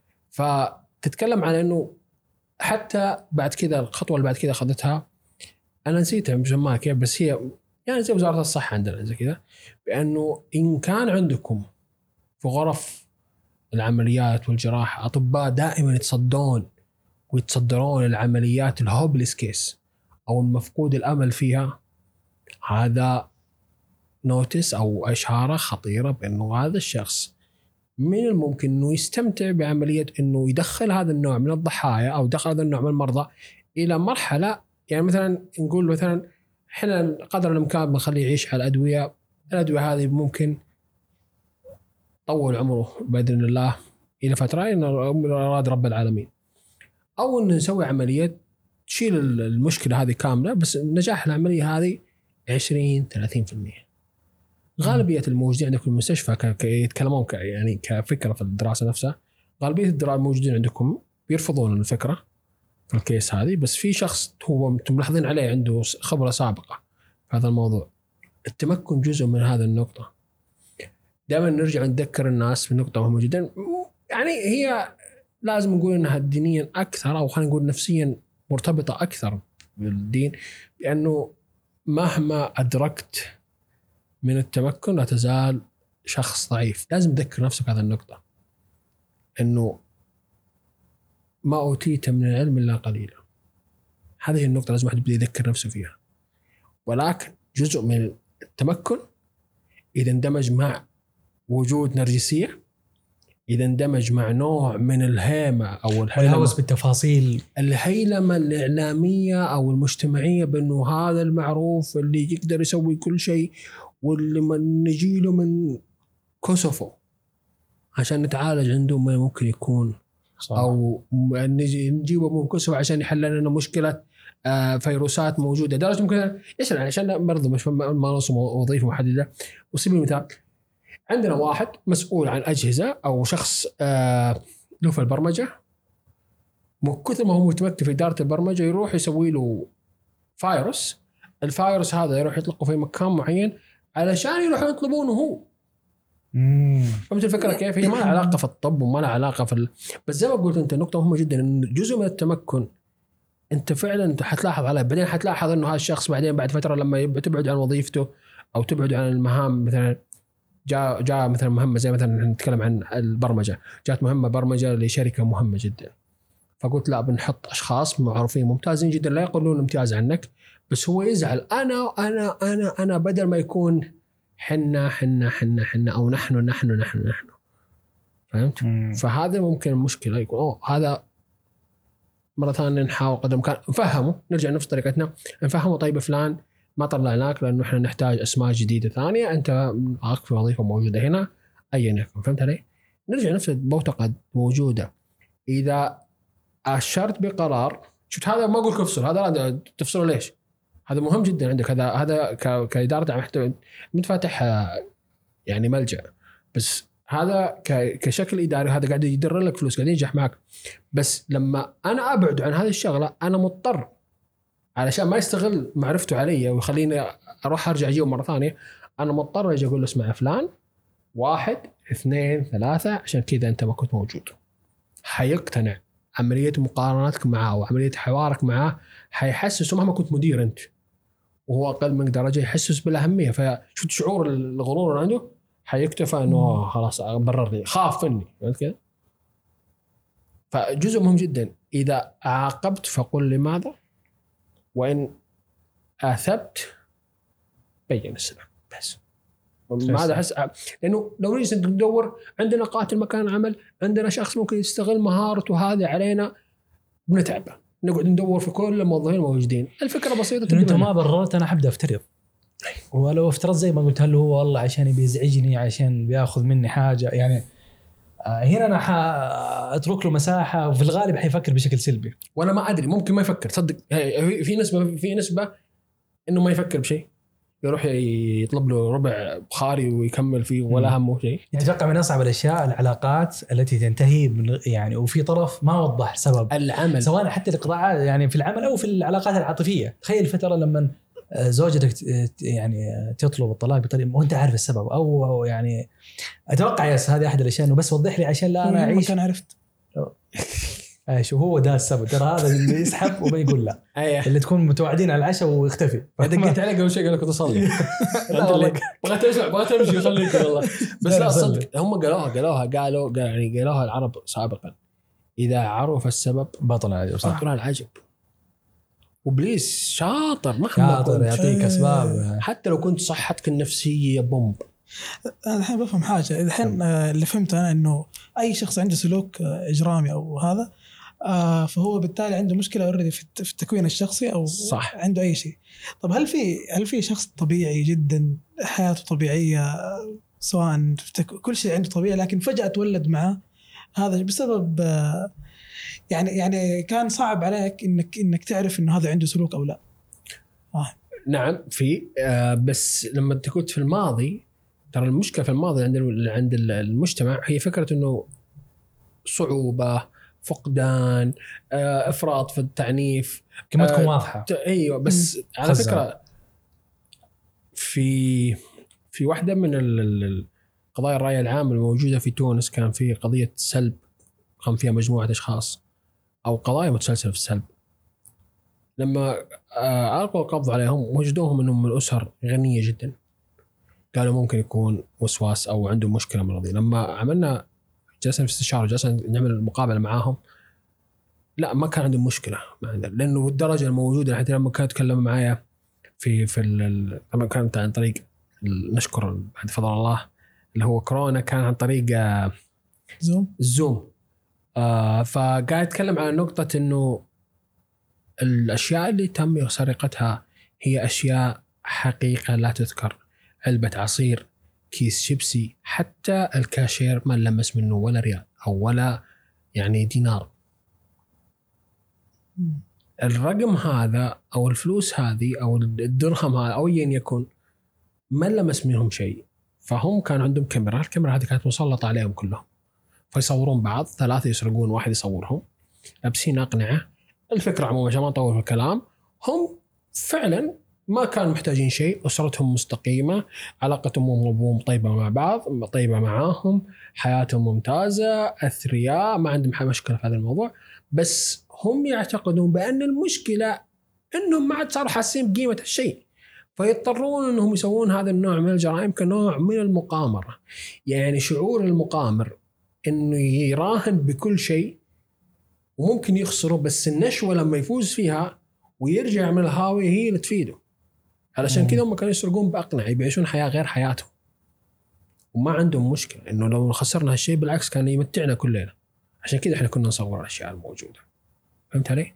فتتكلم عن أنه حتى بعد كذا الخطوة اللي بعد كذا أخذتها أنا نسيتها مش ما كيف، بس هي يعني زي وزارة الصحة عندنا زي كذا، بأنه إن كان عندكم في غرف العمليات والجراحة أطباء دائما يتصدون ويتصدرون العمليات الهوبلس كيس أو المفقود الأمل فيها، هذا نوتس أو إشارة خطيرة بأنه هذا الشخص من الممكن أنه يستمتع بعملية أنه يدخل هذا النوع من الضحايا أو يدخل هذا النوع من المرضى إلى مرحلة، يعني مثلا نقول مثلا إحنا قدر الإمكان بنخليه يعيش على الأدوية هذه ممكن طول عمره بإذن الله إلى فترة إن أراد رب العالمين، أو إن نسوي عملية تشيل المشكلة هذه كاملة، بس نجاح العملية هذه 20-30%. غالبية الموجودين عندكم في المستشفى يتكلمون يعني كفكرة في الدراسة نفسها، غالبية الدراسة الموجودين عندكم بيرفضون الفكرة في الكيس هذه، بس في شخص هو انتم ملاحظين عليه عنده خبرة سابقة في هذا الموضوع. التمكن جزء من هذا النقطة. دائما نرجع نذكر الناس بنقطة مهمة جدا، يعني هي لازم نقول انها دينيا اكثر، او خلينا نقول نفسيا مرتبطة اكثر بالدين، لانه مهما ادركت من التمكن لا تزال شخص ضعيف. لازم تذكر نفسك هذا النقطة، انه ما أوتيت من العلم إلا قليلا. هذه النقطة لازم واحد يبدأ يذكر نفسه فيها. ولكن جزء من التمكن إذا اندمج مع وجود نرجسية، إذا اندمج مع نوع من الهيمة أو الهوس بالتفاصيل، الهيلمة الإعلامية أو المجتمعية بأنه هذا المعروف اللي يقدر يسوي كل شيء، واللي نجيله من كوسوفو عشان نتعالج عنده ما ممكن يكون صح. أو نجيبه من كوسوفو عشان يحل لنا مشكلة فيروسات موجودة درجة ممكن يسأل عشان برضه مش ما نوصل وظيفة محددة. وسبيل المثال عندنا واحد مسؤول عن أجهزة أو شخص له في البرمجة، من كثر ما هو متمكن في إدارة البرمجة يروح يسوي له فايروس، الفايروس هذا يروح يطلقه في مكان معين علشان يروحوا يطلبونه هو. فهمت الفكرة كيف؟ هي ما لها علاقة في الطب وما لها علاقة في بس زي ما قلت أنت نقطة مهمة جدا، إن جزء من التمكن أنت فعلا أنت حتلاحظ عليه بعدين، حتلاحظ إنه هذا الشخص بعدين بعد فترة لما تبعد عن وظيفته أو تبعد عن المهام، مثلا جاء مثلا مهمة زي مثلا نتكلم عن البرمجة، جاءت مهمة برمجة لشركة مهمة جدا، فقلت لا بنحط أشخاص معروفين ممتازين جدا لا يقولون امتياز عنك، بس هو يزعل أنا بدل ما يكون حنا أو نحن فهمت؟ فهذا ممكن المشكلة يكون هذا مرة ثانية نحاول قدر الإمكان نفهمه، نرجع نفس طريقتنا نفهمه. طيب فلان ما طلعناك لأنه إحنا نحتاج أسماء جديدة ثانية، أنت معك في وظيفة موجودة هنا أيا يكن، فهمت علي؟ نرجع نفس المعتقد موجودة. إذا أشرت بقرار شفت هذا ما أقول تفصل، هذا تفصله ليش؟ هذا مهم جدا عندك، هذا كإدارة محتوى متفاتح يعني ملجأ، بس هذا كشكل إداري هذا قاعد يدر لك فلوس قاعد ينجح معك. بس لما أنا أبعد عن هذه الشغلة أنا مضطر علشان ما يستغل معرفته علي ويخليني أروح أرجع أجيبه مرة ثانية، أنا مضطر أجي أقول له اسمع فلان 1 2 3 عشان كذا أنت ما كنت موجود. حيقتنع، عملية مقارناتك معه وعملية حوارك معه حيحسسه مهما كنت مدير أنت وهو أقل من درجة يحسس بالأهمية، فشفت شعور الغرور عنده حيكتفى أنه خلاص بررني خاف مني كذا. فجزء مهم جدا إذا عاقبت فقل لماذا، وإن آثبت بين السبب بس. ماذا أحس لأنه لو نجلس ندور عندنا قاتل مكان عمل، عندنا شخص ممكن يستغل مهارته هذه علينا بنتعب، نقعد ندور في كل الموظفين الموجودين. الفكرة بسيطة، أنت ما بررت أنا حبدأ أفترض، ولو افترض زي ما قلت هل هو والله عشان بيزعجني عشان بياخذ مني حاجة، يعني هنا أنا أترك له مساحة، وفي الغالب حيفكر بشكل سلبي. وأنا ما أدري ممكن ما يفكر، صدق في نسبة إنه ما يفكر بشيء، يروح يطلب له ربع بخاري ويكمل فيه ولا همه شيء. يعني اتوقع من اصعب الاشياء العلاقات التي تنتهي يعني وفي طرف ما وضح سبب العمل سواء حتى الاقطاع يعني في العمل او في العلاقات العاطفيه. تخيل فتره لما زوجتك يعني تطلب الطلاق بطريقه وانت عارف السبب او يعني اتوقع يس هذه احد الاشياء انه بس وضح لي عشان لا انا اعيش. كان عرفت شو هو ده السبب؟ ترى هذا اللي يسحب وما يقول لا. اللي تكون متوعدين على العشاء ويختفي. دقيت عليه قبل شيء قال لك تصلي. بغيت اسمع بغيت امشي خليك والله. بس لا صدق هم قالوا يعني قالوها العرب سابقا اذا عرف السبب بطل العجب. بطل العجب. وبليس شاطر مهما شاطر يعطيك اسباب حتى لو كنت صحتك النفسيه بومب. انا الحين بفهم حاجه. الحين اللي فهمته انا انه اي شخص عنده سلوك اجرامي او هذا فهو بالتالي عنده مشكله اوريدي في التكوين الشخصي او صح. عنده اي شيء. طب هل في شخص طبيعي جدا حياته طبيعيه سواء كل شيء عنده طبيعي لكن فجاه تولد معه هذا بسبب يعني كان صعب عليك انك تعرف انه هذا عنده سلوك او لا؟ نعم في بس لما انت كنت في الماضي ترى المشكله في الماضي عند المجتمع هي فكره انه صعوبه فقدان افراط في التعنيف كما تكون واضحه. ايوه بس على فكره في واحده من القضايا الرأي العام الموجوده في تونس كان في قضيه سلب قام فيها مجموعه اشخاص او قضايا متسلسله في السلب. لما ألقوا القبض عليهم وجدوهم انهم من اسر غنيه جدا قالوا ممكن يكون وسواس او عنده مشكله مرضيه. لما عملنا جلسنا في استشاره جلسنا نعمل مقابله معاهم لا ما كان عندهم مشكله لانه الدرجه الموجوده حتى لما كانوا يتكلموا معايا في لما كانت عن طريق نشكر بعد فضل الله اللي هو كورونا كان عن طريق زوم فقاعد يتكلم عن نقطه انه الاشياء اللي تم سرقتها هي اشياء حقيقه لا تذكر. علبه عصير كيس شيبسي حتى الكاشير ما لمس منه ولا ريال أو ولا يعني دينار. الرقم هذا أو الفلوس هذه أو الدرهم هذا أو ين يكون ما لمس منهم شيء. فهم كان عندهم كاميرا. الكاميرا هذه كانت مسلطة عليهم كلهم فيصورون بعض 3 يسرقون واحد يصورهم لابسين أقنعة. الفكرة عموما عشان ما نطول في الكلام هم فعلا ما كانوا محتاجين شيء. أسرتهم مستقيمة علاقتهم وأبوهم طيبة مع بعض طيبة معاهم حياتهم ممتازة أثرياء ما عندهم مشكلة في هذا الموضوع. بس هم يعتقدون بأن المشكلة أنهم ما عاد صاروا حاسين بقيمة الشيء فيضطرون أنهم يسوون هذا النوع من الجرائم كنوع من المقامرة. يعني شعور المقامر أنه يراهن بكل شيء وممكن يخسره بس النشوة لما يفوز فيها ويرجع من الهاوية هي اللي تفيده. علشان كذا هم كانوا يسرقون بأقنعة يعيشون حياة غير حياتهم وما عندهم مشكلة إنه لو خسرنا هالشيء بالعكس كان يمتعنا كلنا. عشان كذا إحنا كنا نصور الأشياء الموجودة. فهمت علي؟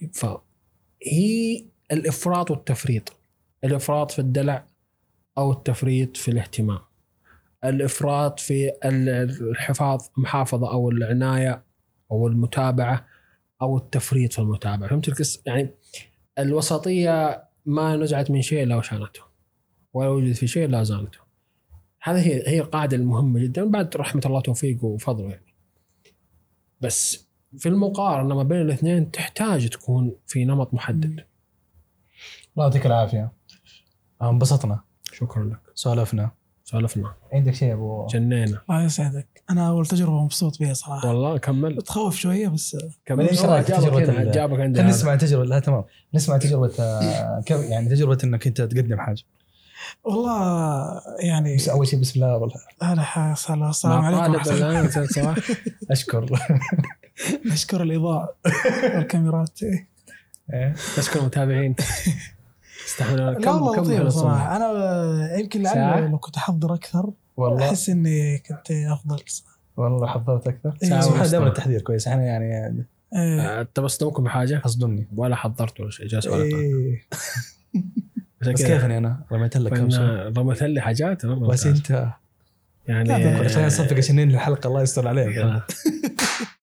فهي الإفراط والتفريط. الإفراط في الدلع أو التفريط في الاهتمام. الإفراط في الحفاظ محافظة أو العناية أو المتابعة أو التفريط في المتابعة. فهمت القصة؟ يعني الوسطية ما نزعت من شيء لا وشانته ولا وجد في شيء لا زانته. هذا هي القاعدة المهمة جدا بعد رحمة الله توفيقه وفضله يعني. بس في المقارنة ما بين الاثنين تحتاج تكون في نمط محدد. الله يعطيك العافية. انبسطنا. شكرا لك. سولفنا. عندك شيء أبو جنينة؟ الله يسعدك. أنا أول تجربة مبسوط بها صراحة والله. كمل. تخوف شوية بس كمل. إيش رأيك تجربة جابك عندي؟ نسمع تجربة. لا تمام نسمع تجربة كيف يعني تجربة إنك أنت تقدم حاجة. والله يعني بس أول شيء بسم الله والله. أنا السلام عليكم. أشكر الإضاءة والكاميرات. أشكر المتابعين. استحملوا. كم صراحة أنا يمكن لعل لو كنت أحضر أكثر والله أحس إني كنت أفضل. والله حضرت أكثر. ساعة دائما التحضير كويس. إحنا يعني تبصدمكم بحاجة أصدمني ولا حضرت ولا شيء جالس بس كيفني أنا رميت لك رميت لي حاجات بس أنت يعني خلينا نصفق عشان الحلقة الله يستر عليك.